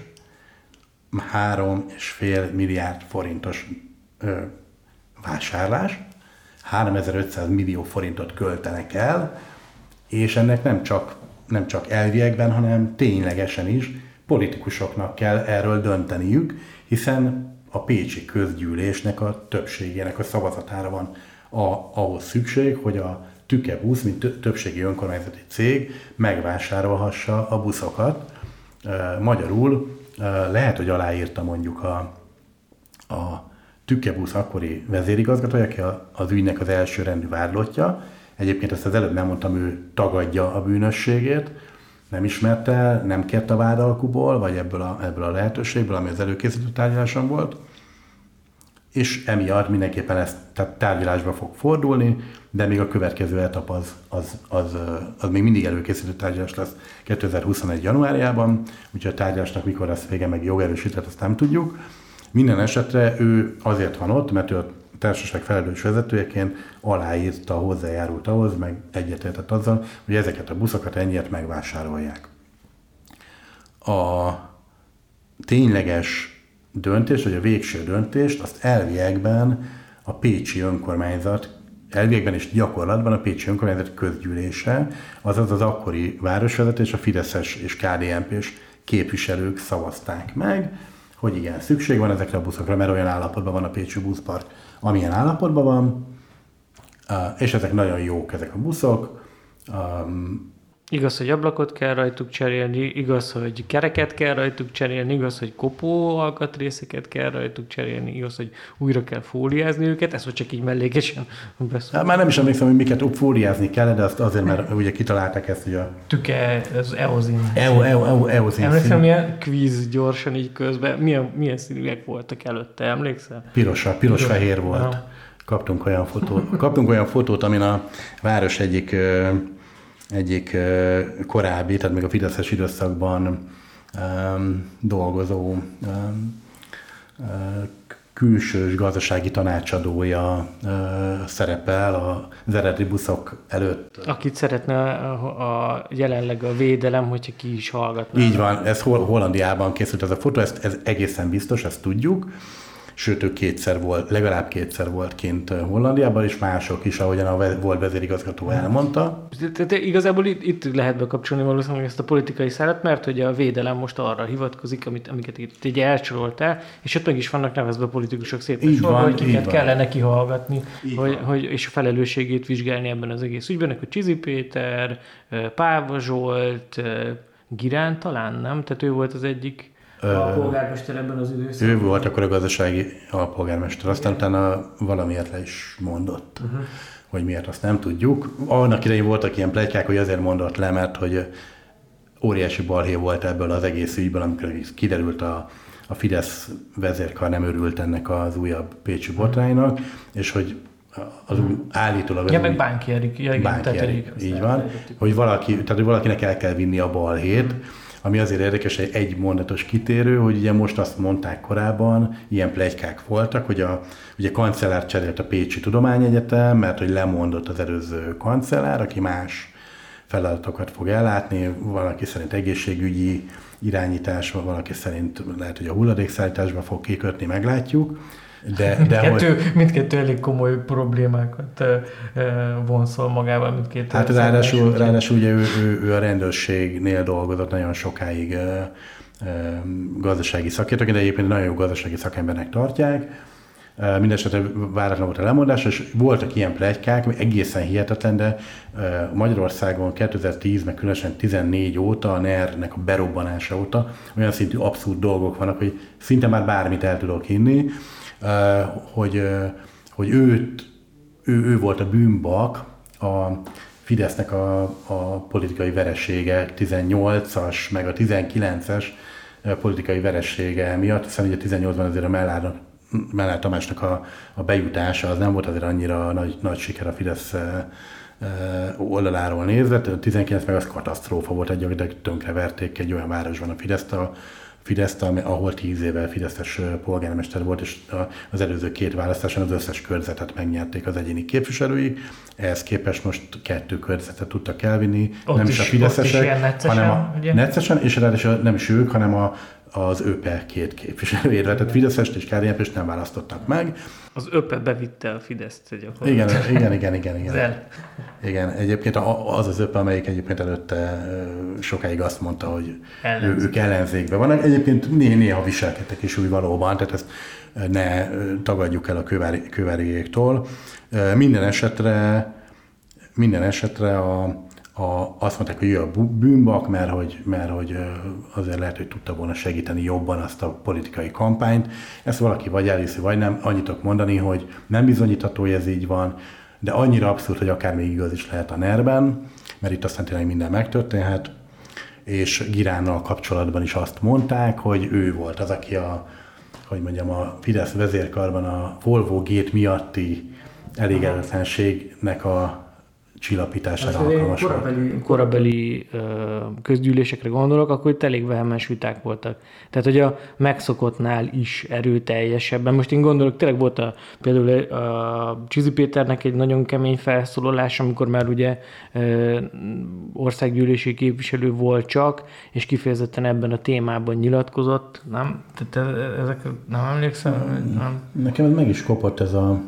3,5 milliárd forintos vásárlás, 3500 millió forintot költenek el, és ennek nem csak elviekben, hanem ténylegesen is politikusoknak kell erről dönteniük, hiszen a pécsi közgyűlésnek a többségének a szavazatára van ahhoz szükség, hogy a Tükebusz, mint többségi önkormányzati cég megvásárolhassa a buszokat. Magyarul lehet, hogy aláírta mondjuk a Tükebusz akkori vezérigazgatója, aki az ügynek az első rendű vádlottja. Egyébként ezt az előbb nem mondtam, ő tagadja a bűnösségét, nem ismerte el, nem kért a vádalkuból, vagy ebből a lehetőségből, ami az előkészítő tárgyaláson volt, és emiatt mindenképpen ezt tárgyalásba fog fordulni, de még a következő etap az még mindig előkészítő tárgyalás lesz 2021. januárjában, úgyhogy a tárgyalásnak mikor lesz vége, meg jogerősített, azt nem tudjuk. Minden esetre ő azért van ott, mert ő a társaság felelős vezetőjeként aláírta, hozzájárult ahhoz, meg egyetértett azzal, hogy ezeket a buszokat ennyiért megvásárolják. A tényleges döntés, vagy a végső döntést, azt elviekben a pécsi önkormányzat, elviekben és gyakorlatban a pécsi önkormányzat közgyűlése, azaz az akkori városvezetés, a Fideszes és KDNP-s képviselők szavazták meg, hogy igen, szükség van ezekre a buszokra, mert olyan állapotban van a pécsi buszpark, amilyen állapotban van, és ezek nagyon jók, ezek a buszok. Igaz, hogy ablakot kell rajtuk cserélni, igaz, hogy kereket kell rajtuk cserélni, igaz, hogy kopó alkatrészeket kell rajtuk cserélni, igaz, hogy újra kell fóliázni őket, ezt vagy csak így mellékesen beszélni. Már nem is emlékszem, hogy miket fóliázni kell, de azt azért, mert ugye kitalálták ezt, hogy a... Tüke, az eozin. Eozin emlékszem, milyen kvíz gyorsan így közben, milyen színűek voltak előtte, emlékszel? Piros-fehér volt. Kaptunk olyan fotót, amin a város egyik korábbi, tehát még a fideszes időszakban dolgozó külsős gazdasági tanácsadója szerepel az eredeti buszok előtt. Akit szeretne jelenleg a védelem, hogyha ki is hallgatná. Így van, ez Hollandiában készült ez a fotó, ez egészen biztos, ezt tudjuk. Sőt, ő legalább kétszer volt kint Hollandiában, és mások is, ahogyan a volt vezérigazgató elmondta. De igazából itt lehet bekapcsolni valószínűleg ezt a politikai szálat, mert hogy a védelem most arra hivatkozik, amiket itt így elsoroltál, és ott meg is vannak nevezve a politikusok szépen sorba, hogy kiket kellene kihallgatni, és a felelősségét vizsgálni ebben az egész ügyben, hogy Csizi Péter, Páva Zsolt, Girán talán, nem? Tehát ő volt az egyik alpolgármester ebben az időszakban. Ő volt akkor a gazdasági alpolgármester, aztán utána valamiért le is mondott, hogy miért, azt nem tudjuk. Annak idején voltak ilyen pletykák, hogy azért mondott le, mert hogy óriási balhé volt ebből az egész ügyből, amikor kiderült a Fidesz vezérkar nem örült ennek az újabb pécsi botránynak, és hogy az állítólag... meg Bánki Erik. Így van, hogy valakinek el kell vinni a balhét, ami azért érdekes, hogy egy mondatos kitérő, hogy ugye most azt mondták korábban, ilyen pletykák voltak, hogy ugye kancellár cserélt a Pécsi Tudományegyetem, mert hogy lemondott az előző kancellár, aki más feladatokat fog ellátni, valaki szerint egészségügyi irányítás, valaki szerint lehet, hogy a hulladékszállításba fog kikötni, meglátjuk. Mindkettő elég komoly problémákat vonszol magával mindkét. Hát ráadásul ugye ő a rendőrségnél dolgozott nagyon sokáig gazdasági szakértőként, de egyébként nagyon jó gazdasági szakembernek tartják. Mindenesetre váratlan volt a lemondás, és voltak ilyen pletykák, ami egészen hihetetlen, de Magyarországon 2010, meg különösen 14 óta, a NER-nek a berobbanása óta olyan szintű abszurd dolgok vannak, hogy szinte már bármit el tudok hinni, hogy ő volt a bűnbak a Fidesznek a politikai veresége, 18-as, meg a 19-es politikai veresége miatt, hiszen ugye 18-ban azért a Mellár Tamásnak a bejutása az nem volt azért annyira nagy siker a Fidesz oldaláról nézve, 19 meg az katasztrófa volt, gyakorlatilag tönkreverték egy olyan városban a Fideszt, ahol 10 éve fideszes polgármester volt, és az előző 2 választáson az összes körzetet megnyerték az egyéni képviselőik. Ehhez képest most 2 körzetet tudtak elvinni, nem is a fideszesek, hanem neccesen, és ráadásul nem is ők, hanem az ÖPE 2 képviselőjére. Tehát Fideszest és Kárpátalját nem választottak meg. Az ÖPE bevitte a Fideszt gyakorlatilag. Igen. Igen, egyébként az ÖPE, amelyik egyébként előtte sokáig azt mondta, hogy ők ellenzékben vannak. Egyébként néha viselkedtek is úgy valóban, tehát ezt ne tagadjuk el a kőváriéktól. Minden esetre azt mondták, hogy ő a bűnbak, mert hogy azért lehet, hogy tudta volna segíteni jobban azt a politikai kampányt. Ezt valaki vagy elhiszi, vagy nem. Annyit tudok mondani, hogy nem bizonyítható, hogy ez így van, de annyira abszurd, hogy akár még igaz is lehet a NER-ben, mert itt aztán tényleg minden megtörténhet, és Giránnal kapcsolatban is azt mondták, hogy ő volt az, aki a Fidesz vezérkarban a Volvo Gate miatti elégedetlenségnek a csillapítására alkalmas volt. Korabeli közgyűlésekre gondolok, akkor itt elég vehemens viták voltak. Tehát, hogy a megszokottnál is erőteljesebben. Most én gondolok, tényleg volt például a Csizi Péternek egy nagyon kemény felszólalás, amikor már ugye országgyűlési képviselő volt csak, és kifejezetten ebben a témában nyilatkozott. Nem? Tehát ezek nem emlékszem? Nem. Nekem ez meg is kopott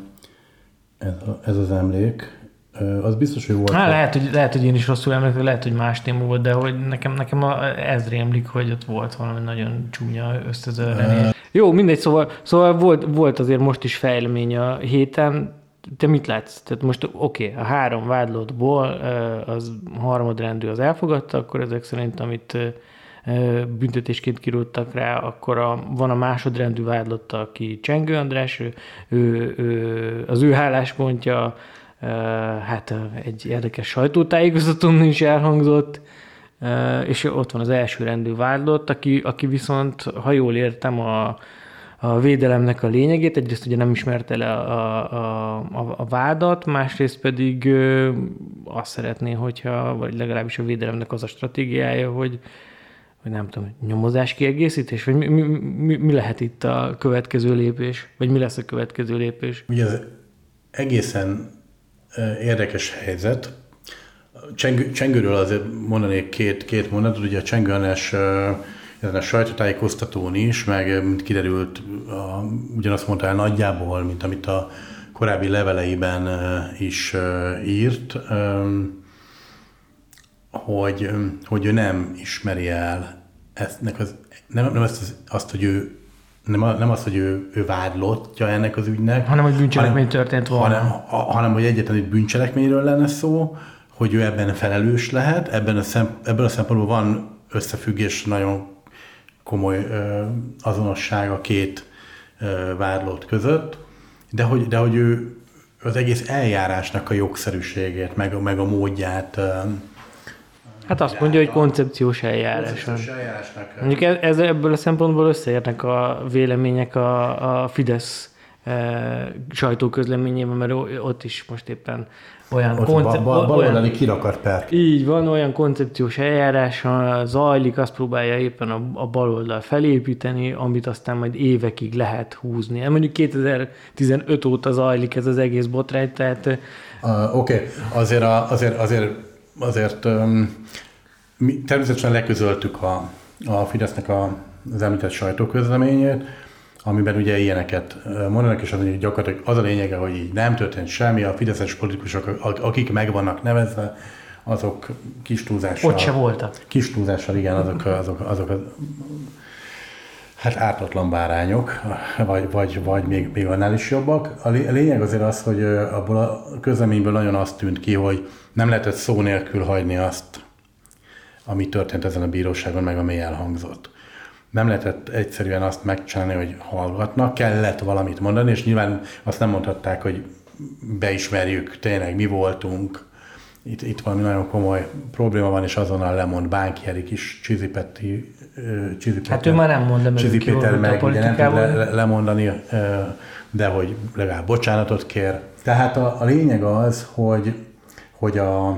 ez az emlék. Az biztos, hogy volt. Lehet, hogy én is rosszul emlékszem, lehet, hogy más téma volt, de hogy nekem ez rémlik, hogy ott volt valami nagyon csúnya összezörrenés. Jó, mindegy, szóval volt azért most is fejlemény a héten. te mit látsz? Tehát most oké, a 3 vádlottból az harmadrendű az elfogadta, akkor ezek szerint, amit büntetésként kirúgtak rá, akkor van a másodrendű vádlotta, aki Csengő András, az ő álláspontja hát egy érdekes sajtótájékoztatón is elhangzott, és ott van az elsőrendű vádlott, aki viszont, ha jól értem, a védelemnek a lényegét, egyrészt ugye nem ismerte le a vádat, másrészt pedig azt szeretné, hogyha, vagy legalábbis a védelemnek az a stratégiája, hogy nem tudom, nyomozás kiegészítés, vagy mi lehet itt a következő lépés, vagy mi lesz a következő lépés? Ugye ez egészen érdekes helyzet. Csengőről azért mondanék két mondatot, ugye a Csengő András ezen a sajtótájékoztatón is, meg mint kiderült, ugyanazt mondta el nagyjából, mint amit a korábbi leveleiben is írt, hogy ő nem ismeri el nem azt, hogy ő vádlottja ennek az ügynek, hanem hogy bűncselekmény történt volna. Hanem hogy egyetlen egy bűncselekményről lenne szó, hogy ő ebben felelős lehet, ebből a szempontból van összefüggés, nagyon komoly azonosság a két vádlott között, de hogy ő az egész eljárásnak a jogszerűségét, meg a módját. Hát azt mondja, hogy koncepciós eljárás. Mondjuk ebből a szempontból összeérnek a vélemények a Fidesz sajtóközleményében, mert ott is most éppen olyan baloldali kirakat per. Így van, olyan koncepciós eljárás zajlik, azt próbálja éppen a baloldal felépíteni, amit aztán majd évekig lehet húzni. Mondjuk 2015 óta zajlik ez az egész botrány, tehát... Oké. Azért mi természetesen leközöltük a Fidesznek az említett sajtóközleményét, amiben ugye ilyeneket mondanak, és az gyakorlatilag az a lényege, hogy így nem történt semmi, a fideszes politikusok, akik meg vannak nevezve, azok kis túlzással... Ott se voltak. Kis túlzással, igen, azok hát ártatlan bárányok, vagy még annál is jobbak. A lényeg azért az, hogy abból a közleményből nagyon azt tűnt ki, hogy nem lehetett szó nélkül hagyni azt, ami történt ezen a bíróságon, meg ami elhangzott. Nem lehetett egyszerűen azt megcsinálni, hogy hallgatnak, kellett valamit mondani, és nyilván azt nem mondhatták, hogy beismerjük, tényleg mi voltunk, itt valami nagyon komoly probléma van, és azonnal lemond Bánki Erik is, Csizi hát ő már nem mond, Csizi Péter meg ugye nem tud lemondani, de hogy legalább bocsánatot kér. Tehát a lényeg az, hogy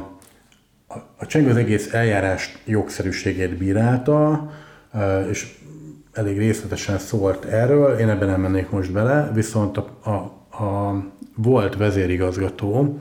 a Csengő az egész eljárás jogszerűségét bírálta, és elég részletesen szólt erről, én ebben nem mennék most bele, viszont a volt vezérigazgató,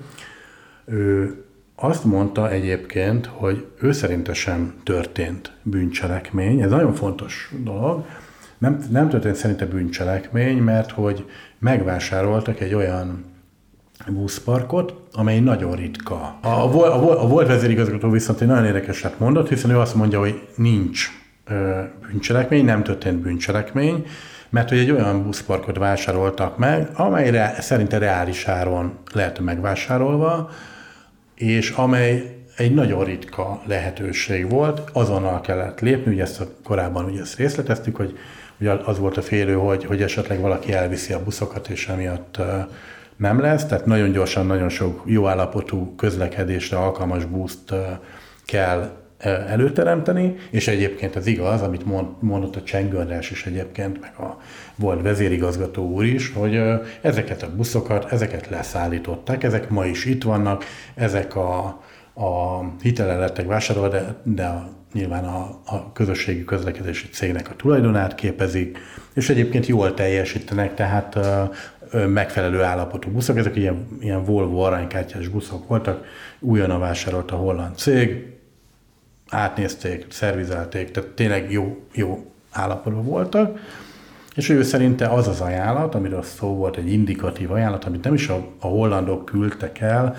ő azt mondta egyébként, hogy ő szerinte sem történt bűncselekmény. Ez nagyon fontos dolog. Nem történt szerinte bűncselekmény, mert hogy megvásároltak egy olyan buszparkot, amely nagyon ritka. A volt vezérigazgató viszont egy nagyon érdekeset mondott, hiszen ő azt mondja, hogy nincs bűncselekmény, nem történt bűncselekmény, mert hogy egy olyan buszparkot vásároltak meg, amelyre szerinte reális áron lett megvásárolva, és amely egy nagyon ritka lehetőség volt, azonnal kellett lépni, ugye korábban ugye ezt részleteztük, hogy az volt a félő, hogy esetleg valaki elviszi a buszokat, és emiatt nem lesz, tehát nagyon gyorsan, nagyon sok jó állapotú közlekedésre alkalmas buszt kell előteremteni, és egyébként ez igaz, amit mondott a Csengő András is egyébként, meg a volt vezérigazgató úr is, hogy ezeket a buszokat, ezeket leszállították, ezek ma is itt vannak, ezek a hitelen lettek vásárolva, de nyilván a közösségi közlekedési cégnek a tulajdonát képezik, és egyébként jól teljesítenek, tehát megfelelő állapotú buszok, ezek ilyen Volvo aranykártyás buszok voltak, újonnan vásárolt a holland cég, átnézték, szervizelték, tehát tényleg jó állapotban voltak, és ő szerinte az az ajánlat, amiről szó volt, egy indikatív ajánlat, amit nem is a hollandok küldtek el,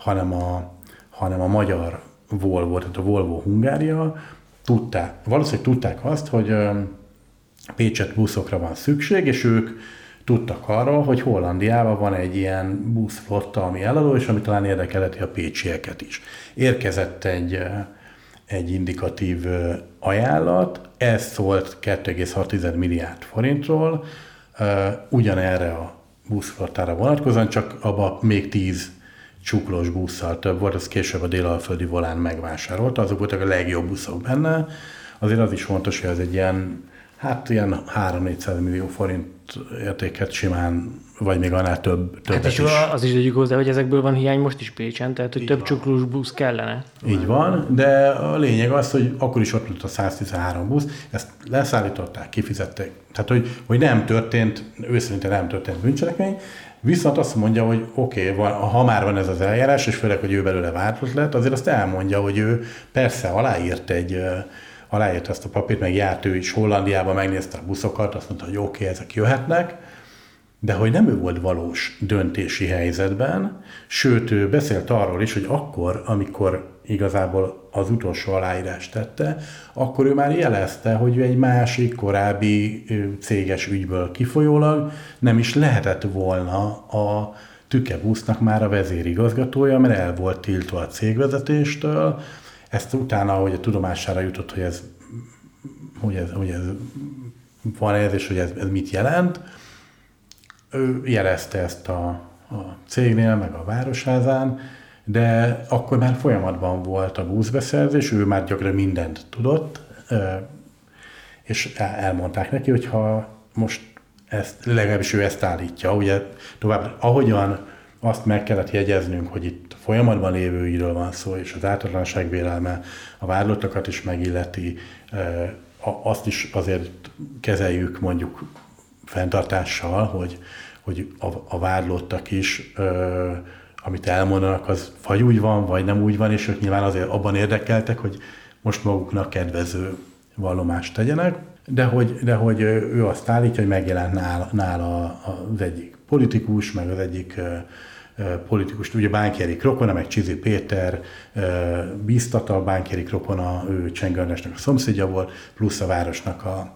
hanem a magyar Volvo, tehát a Volvo Hungária, valószínűleg tudták azt, hogy Pécset buszokra van szükség, és ők tudtak arról, hogy Hollandiában van egy ilyen buszflotta, ami elalul, és ami talán érdekelheti a pécsieket is. Érkezett egy indikatív ajánlat, ez szólt 2,6 milliárd forintról, ugyanerre a buszflottára vonatkozóan, csak abban még 10 csuklós busszal több volt, az később a Dél-Alföldi Volán megvásárolta, azok voltak a legjobb buszok benne. Azért az is fontos, hogy ez egy ilyen 3-400 millió forint értéket simán, vagy még annál többet hát és is. Az is tegyük hozzá, hogy ezekből van hiány most is Pécsen, tehát hogy Így több van. csuklós busz kellene. Így van, de a lényeg az, hogy akkor is ott volt a 113 busz, ezt leszállították, kifizették. Tehát, hogy nem történt, őszintén nem történt bűncselekmény, viszont azt mondja, hogy oké, ha már van ez az eljárás, és főleg, hogy ő belőle vádlott lett, azért azt elmondja, hogy ő persze aláírt ezt a papírt, meg járt ő is Hollandiába, megnézte a buszokat, azt mondta, hogy oké, ezek jöhetnek, de hogy nem ő volt valós döntési helyzetben, sőt, ő beszélt arról is, hogy akkor, amikor igazából az utolsó aláírást tette, akkor ő már jelezte, hogy ő egy másik korábbi céges ügyből kifolyólag nem is lehetett volna a Tükebusznak már a vezérigazgatója, mert el volt tiltva a cégvezetéstől. Ezt utána, hogy a tudomására jutott, hogy ez van ez, és hogy ez mit jelent, ő jelezte ezt a cégnél, meg a Városházán, de akkor már folyamatban volt a buszbeszerzés, ő már gyakorlatilag mindent tudott, és elmondták neki, hogy ha most legalábbis ő ezt állítja, ugye tovább, ahogyan azt meg kellett jegyeznünk, hogy itt folyamatban lévő ügyről van szó, és az ártatlanság vélelme a vádlottakat is megilleti, azt is azért kezeljük mondjuk fenntartással, hogy a vádlottak is, amit elmondanak, az vagy úgy van, vagy nem úgy van, és ők nyilván azért abban érdekeltek, hogy most maguknak kedvező vallomást tegyenek, de hogy ő azt állítja, hogy megjelent nála az egyik politikus, meg az egyik politikus, ugye Bánki Erik rokona, meg Csizi Péter bíztatta, Bánki Erik rokona, ő Cseng Andrásnak a szomszédja volt, plusz a városnak a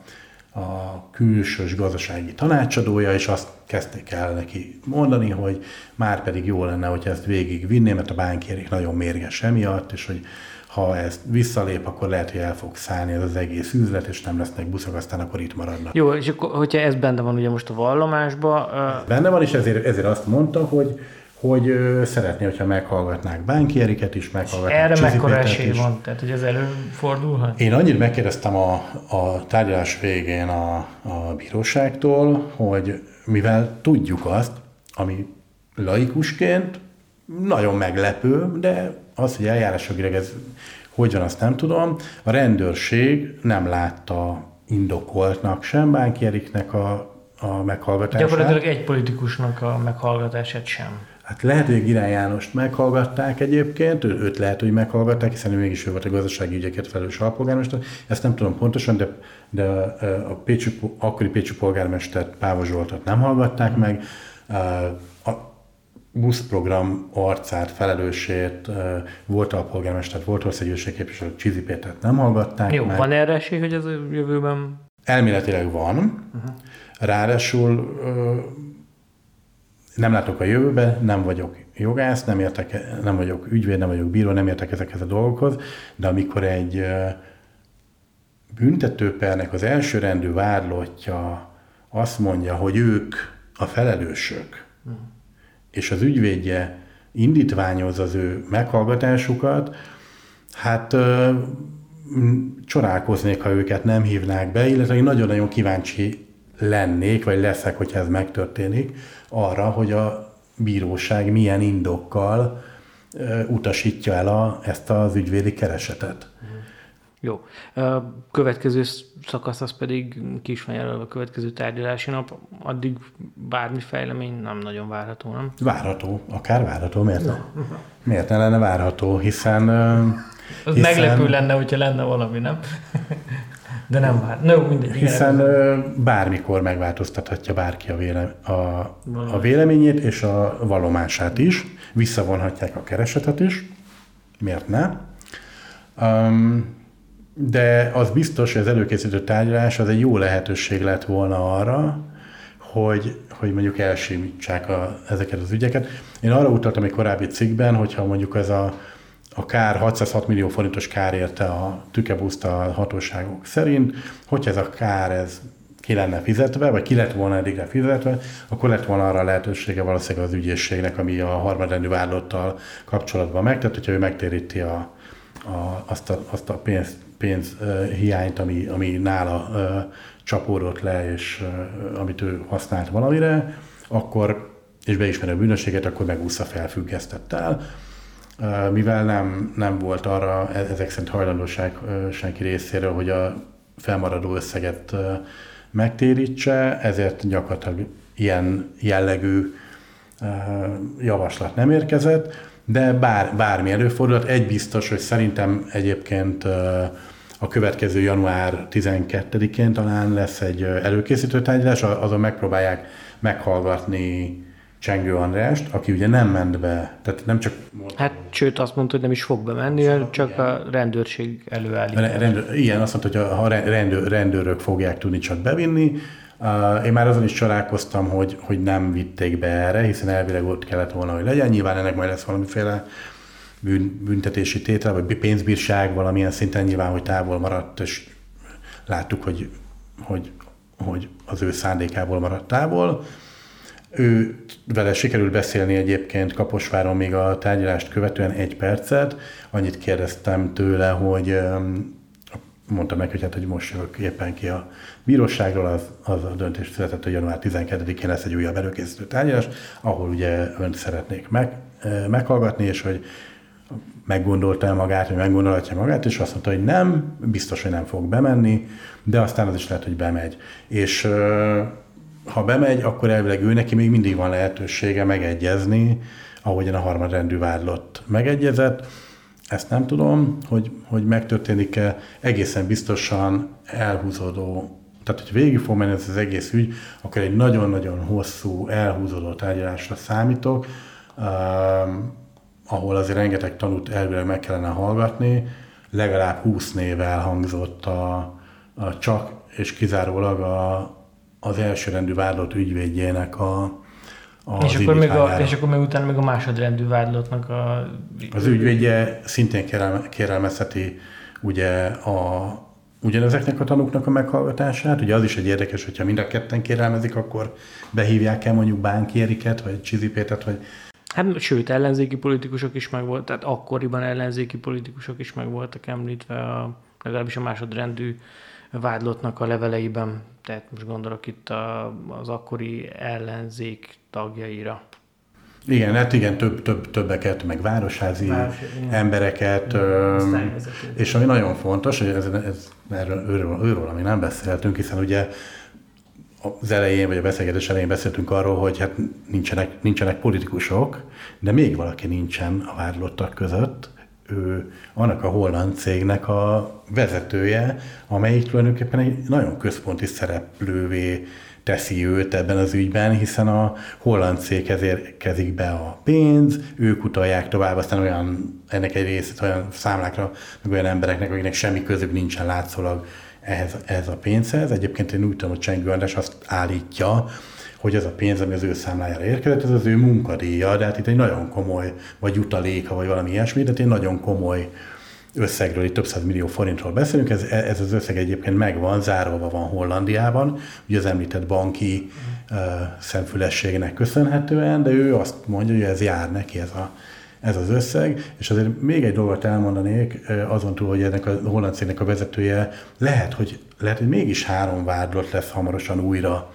külsős gazdasági tanácsadója, és azt kezdték el neki mondani, hogy már pedig jó lenne, hogy ezt végigvinné, mert a Bánki Erik nagyon mérges emiatt, és hogy ha ezt visszalép, akkor lehet, hogy el fog szállni ez az egész üzlet, és nem lesznek buszok, aztán akkor itt maradnak. Jó, és akkor, hogyha ez benne van ugye most a vallomásban... Benne van, és ezért azt mondta, hogy szeretné, hogyha meghallgatnák Bánki Eriket is, meghallgatnák erre Csizi mekkora Pétert esély is. van? Tehát, hogy ez előfordulhat? Én annyit megkérdeztem a tárgyalás végén a bíróságtól, hogy mivel tudjuk azt, ami laikusként nagyon meglepő, de az, hogy eljárásjogilag ez hogy van, azt nem tudom. A rendőrség nem látta indokoltnak sem Bánki Eriknek a meghallgatását. Gyakorlatilag egy politikusnak a meghallgatását sem. Hát lehet, hogy Girály Jánost meghallgatták egyébként, őt lehet, hogy meghallgatták, hiszen ő mégis ő volt a gazdasági ügyeket felelős alpolgármester. Ezt nem tudom pontosan, de a akkori pécsi polgármestert, Páva Zsoltot nem hallgatták meg. A buszprogram arcát, felelősét, volt alpolgármestert, volt országgyűlési képviselő, Csizi Pétert nem hallgatták Jó, meg. van erre esély, hogy ez a jövőben... Elméletileg van. Ráadásul nem látok a jövőbe, nem vagyok jogász, nem vagyok ügyvéd, nem vagyok bíró, nem értek ezekhez a dolgokhoz, de amikor egy büntetőpernek az elsőrendű vádlottja azt mondja, hogy ők a felelősök, és az ügyvédje indítványoz az ő meghallgatásukat, hát csodálkoznék, ha őket nem hívnák be, illetve én nagyon-nagyon kíváncsi lennék, vagy leszek, hogyha ez megtörténik, arra, hogy a bíróság milyen indokkal utasítja el ezt az ügyvédi keresetet. Jó. Következő szakasz az pedig ki is van jelölve a következő tárgyalási nap. Addig bármi fejlemény nem nagyon várható, nem? Várható, akár várható, miért nem? Miért ne lenne várható, hiszen... Az meglepő lenne, hogyha lenne valami, nem? De nem vár. No, mindegy. Hiszen bármikor megváltoztathatja bárki a véleményét és a vallomását is. Visszavonhatják a keresetet is. Miért ne? De az biztos, hogy az előkészítő tárgyalás az egy jó lehetőség lett volna arra, hogy mondjuk elsimítsák ezeket az ügyeket. Én arra utaltam egy korábbi cikkben, hogyha mondjuk ez a kár 606 millió forintos kár érte a tükebuszta hatóságok szerint, hogyha ez a kár ki lenne fizetve, vagy ki lett volna eddigre fizetve, akkor lett volna arra lehetősége valószínűleg az ügyészségnek, ami a harmadrendű vádlottal kapcsolatban megtett, hogyha ő megtéríti azt a pénz hiányt, ami nála csapódott le, és amit ő használt valamire, akkor, és beismeri a bűnösséget, akkor megúszza felfüggesztettel. Mivel nem volt arra ezek szerint hajlandóság senki részéről, hogy a felmaradó összeget megtérítse, ezért gyakorlatilag ilyen jellegű javaslat nem érkezett, de bármi előfordulhat. Egy biztos, hogy szerintem egyébként a következő január 12-én talán lesz egy előkészítő tárgyalás, azon megpróbálják meghallgatni Csengő Andrást, aki ugye nem ment be, tehát nem csak... Hát sőt, azt mondta, hogy nem is fog bemenni, csak a rendőrség előállít. Igen, azt mondta, hogy a rendőrök fogják tudni csak bevinni. Én már azon is csodálkoztam, hogy nem vitték be erre, hiszen elvileg ott kellett volna, hogy legyen. Nyilván ennek majd lesz valamiféle büntetési tétel, vagy pénzbírság valamilyen szinten, nyilván, hogy távol maradt, és láttuk, hogy az ő szándékából maradt távol. Vele sikerült beszélni egyébként Kaposváron még a tárgyalást követően 1 percet. Annyit kérdeztem tőle, hogy mondtam neki, hogy most jövök éppen ki a bíróságról, az a döntés született, hogy január 12-én lesz egy újabb előkészítő tárgyalás, ahol ugye önt szeretnék meghallgatni, és hogy meggondolta magát, vagy meggondolhatja magát, és azt mondta, hogy nem, biztos, hogy nem fog bemenni, de aztán az is lehet, hogy bemegy. És ha bemegy, akkor elvileg ő neki még mindig van lehetősége megegyezni, ahogyan a harmadrendű vádlott megegyezett. Ezt nem tudom, hogy megtörténik-e, egészen biztosan elhúzódó, tehát hogy végig fog menni ez az egész ügy, akkor egy nagyon-nagyon hosszú, elhúzódó tárgyalásra számítok, ahol azért rengeteg tanút elvileg meg kellene hallgatni, legalább 20 név elhangzott csak és kizárólag az elsőrendű vádlott ügyvédjének és akkor még utána még a másodrendű vádlottnak az ügyvédje szintén kérelmezheti ugye ugyanezeknek a tanúknak a meghallgatását. Ugye az is egy érdekes, hogyha mind a ketten kérelmezik, akkor behívják el mondjuk Bánki Eriket, vagy Csizipétet, vagy... Hát sőt, ellenzéki politikusok is megvoltak, tehát akkoriban ellenzéki politikusok is megvoltak említve, legalábbis a másodrendű vádlottnak a leveleiben. Tehát most gondolok itt az akkori ellenzék tagjaira. Igen, hát igen, többeket, meg városházi embereket, és ami nagyon fontos, hogy őről ami nem beszéltünk, hiszen ugye az elején, vagy a beszélgetés elején beszéltünk arról, hogy hát nincsenek politikusok, de még valaki nincsen a vádlottak között, ő annak a holland cégnek a vezetője, amelyik tulajdonképpen egy nagyon központi szereplővé teszi őt ebben az ügyben, hiszen a holland céghez érkezik be a pénz, ők utalják tovább, aztán ennek egy részét olyan számlákra, meg olyan embereknek, akiknek semmi közük nincsen látszólag ehhez a pénzhez. Egyébként én úgy tudom, hogy Csengő András azt állítja, hogy az a pénz, ami az ő számlájára érkezett, ez az ő munkadíja, de hát itt egy nagyon komoly, vagy jutaléka, vagy valami ilyesmi, de egy nagyon komoly összegről, itt több 100 millió forintról beszélünk, ez az összeg egyébként megvan, zárolva van Hollandiában, ugye az említett banki szemfülességnek köszönhetően, de ő azt mondja, hogy ez jár neki ez az összeg, és azért még egy dolgot elmondanék, azon túl, hogy ennek a holland cégnek a vezetője lehet, hogy mégis 3 vádlott lesz hamarosan újra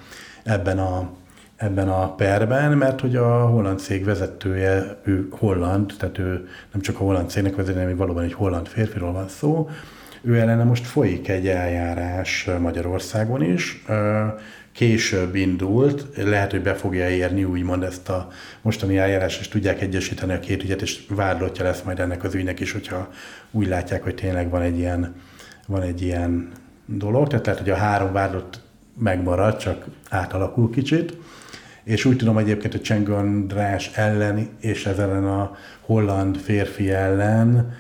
ebben a perben, mert hogy a holland cég vezetője, ő holland, tehát ő nem csak a holland cégnek vezetője, hanem valóban egy holland férfiról van szó, ő ellene most folyik egy eljárás Magyarországon is, később indult, lehet, hogy be fogja érni úgymond ezt a mostani eljárást, és tudják egyesíteni a két ügyet, és vádlottja lesz majd ennek az ügynek is, hogyha úgy látják, hogy tényleg van egy ilyen dolog, tehát lehet, hogy a 3 vádlott megmarad, csak átalakul kicsit. És úgy tudom egyébként, hogy Csengő András ellen és ez ellen a holland férfi ellen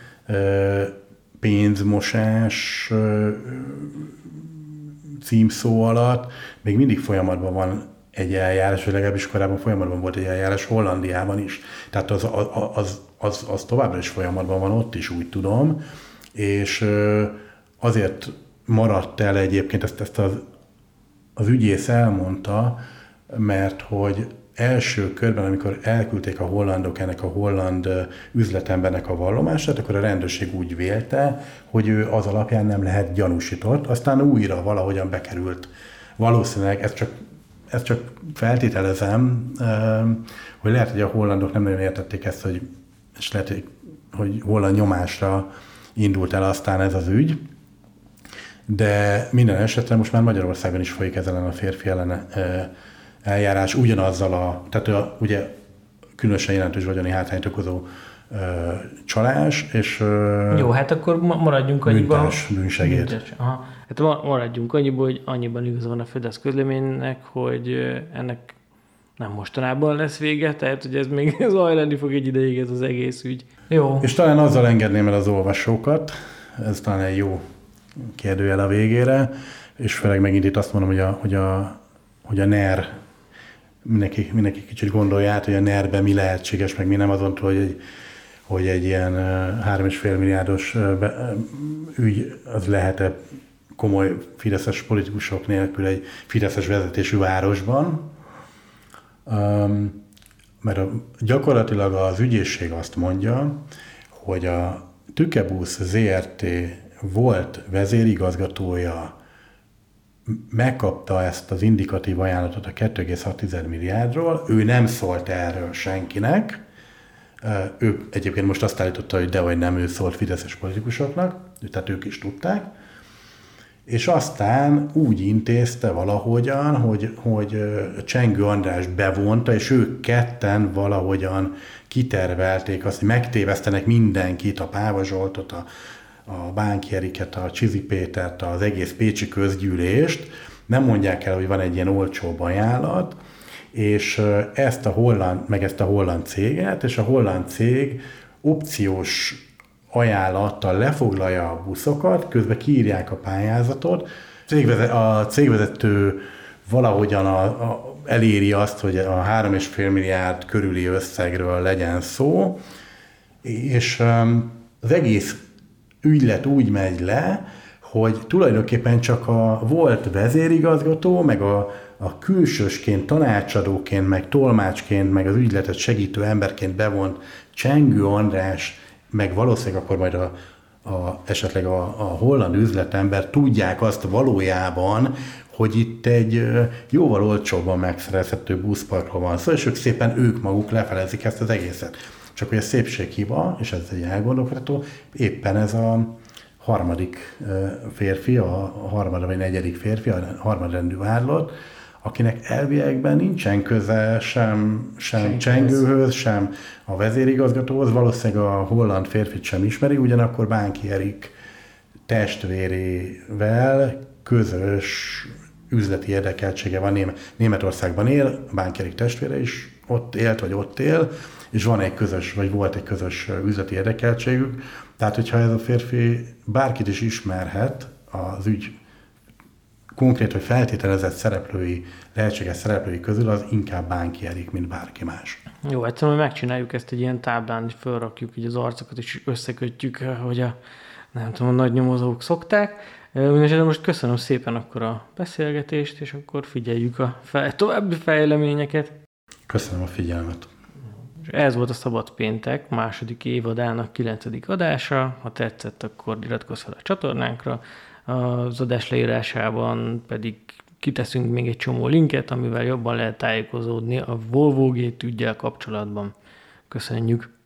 pénzmosás címszó alatt még mindig folyamatban van egy eljárás, vagy legalábbis korábban folyamatban volt egy eljárás Hollandiában is. Tehát az továbbra is folyamatban van ott is, úgy tudom, és azért maradt el egyébként, ezt az ügyész elmondta, mert hogy első körben, amikor elküldték a hollandok ennek a holland üzletembernek a vallomását, akkor a rendőrség úgy vélte, hogy ő az alapján nem lehet gyanúsított, aztán újra valahogyan bekerült. Valószínűleg, ezt csak feltételezem, hogy lehet, hogy a hollandok nem nagyon értették ezt, és lehet, hogy holland nyomásra indult el aztán ez az ügy, de minden esetre most már Magyarországon is folyik ez ellen a férfi ellen eljárás ugyanazzal tehát ugye különösen jelentős vagyoni hátrányt okozó csalás, és jó, hát akkor maradjunk annyiban. Bűnsegéd. Hát maradjunk annyiban, hogy annyiban igaza van a Fidesz közleménynek, hogy ennek nem mostanában lesz vége, tehát hogy ez még zajlani fog egy ideig ez az egész ügy. Jó. És talán azzal engedném el az olvasókat, ez talán egy jó kérdőjel a végére, és főleg megint itt azt mondom, hogy a NER, mindenki kicsit gondolja át, hogy a NER-ben mi lehetséges, meg mi nem, azon, hogy egy ilyen 3,5 milliárdos ügy, az lehet-e komoly fideszes politikusok nélkül egy fideszes vezetésű városban. Mert gyakorlatilag az ügyészség azt mondja, hogy a Tükebusz ZRT volt vezérigazgatója, megkapta ezt az indikatív ajánlatot a 2,6 milliárdról, ő nem szólt erről senkinek, ő egyébként most azt állította, hogy dehogy nem, ő szólt fideszes politikusoknak, tehát ők is tudták, és aztán úgy intézte valahogyan, hogy Csengő András bevonta, és ők ketten valahogyan kitervelték azt, hogy megtévesztenek mindenkit, a Páva Zsoltot, a Bánki Eriket, a Csizi Pétert, az egész pécsi közgyűlést, nem mondják el, hogy van egy ilyen olcsóbb ajánlat, és ezt a holland céget, és a holland cég opciós ajánlattal lefoglalja a buszokat, közben kiírják a pályázatot, a cégvezető valahogyan eléri azt, hogy a 3,5 milliárd körüli összegről legyen szó, és az egész ügylet úgy megy le, hogy tulajdonképpen csak a volt vezérigazgató, meg a külsősként, tanácsadóként, meg tolmácsként, meg az ügyletet segítő emberként bevont Csengő András, meg valószínűleg akkor majd esetleg a holland üzletember tudják azt valójában, hogy itt egy jóval olcsóbban megszerezhető buszparkról van szó, és ők maguk lefelezik ezt az egészet. Csak hogy a szépséghiba, és ez egy elgondolkodható, éppen ez a harmadik férfi, a harmadik vagy negyedik férfi, a harmadrendű vádlott, akinek elviekben nincsen köze sem Csengőhöz, sem a vezérigazgatóhoz, valószínűleg a holland férfit sem ismeri, ugyanakkor Bánki Erik testvérével közös üzleti érdekeltsége van. Németországban él, Bánki Erik testvére is ott élt, vagy ott él, és van egy közös, vagy volt egy közös üzleti érdekeltségük. Tehát, hogyha ez a férfi bárkit is ismerhet az ügy konkrét, vagy feltételezett lehetséges szereplői közül, az inkább Bánki Erik, mint bárki más. Jó, egyszerűen megcsináljuk ezt egy ilyen táblán, és felrakjuk így az arcokat, és összekötjük, hogy a nagy nyomozók szokták. Mindenesetre most köszönöm szépen akkor a beszélgetést, és akkor figyeljük a további fejleményeket. Köszönöm a figyelmet. Ez volt a Szabad Péntek második évadának 9. adása. Ha tetszett, akkor iratkozz fel a csatornánkra. Az adás leírásában pedig kiteszünk még egy csomó linket, amivel jobban lehet tájékozódni a Volvo Gate üggyel kapcsolatban. Köszönjük!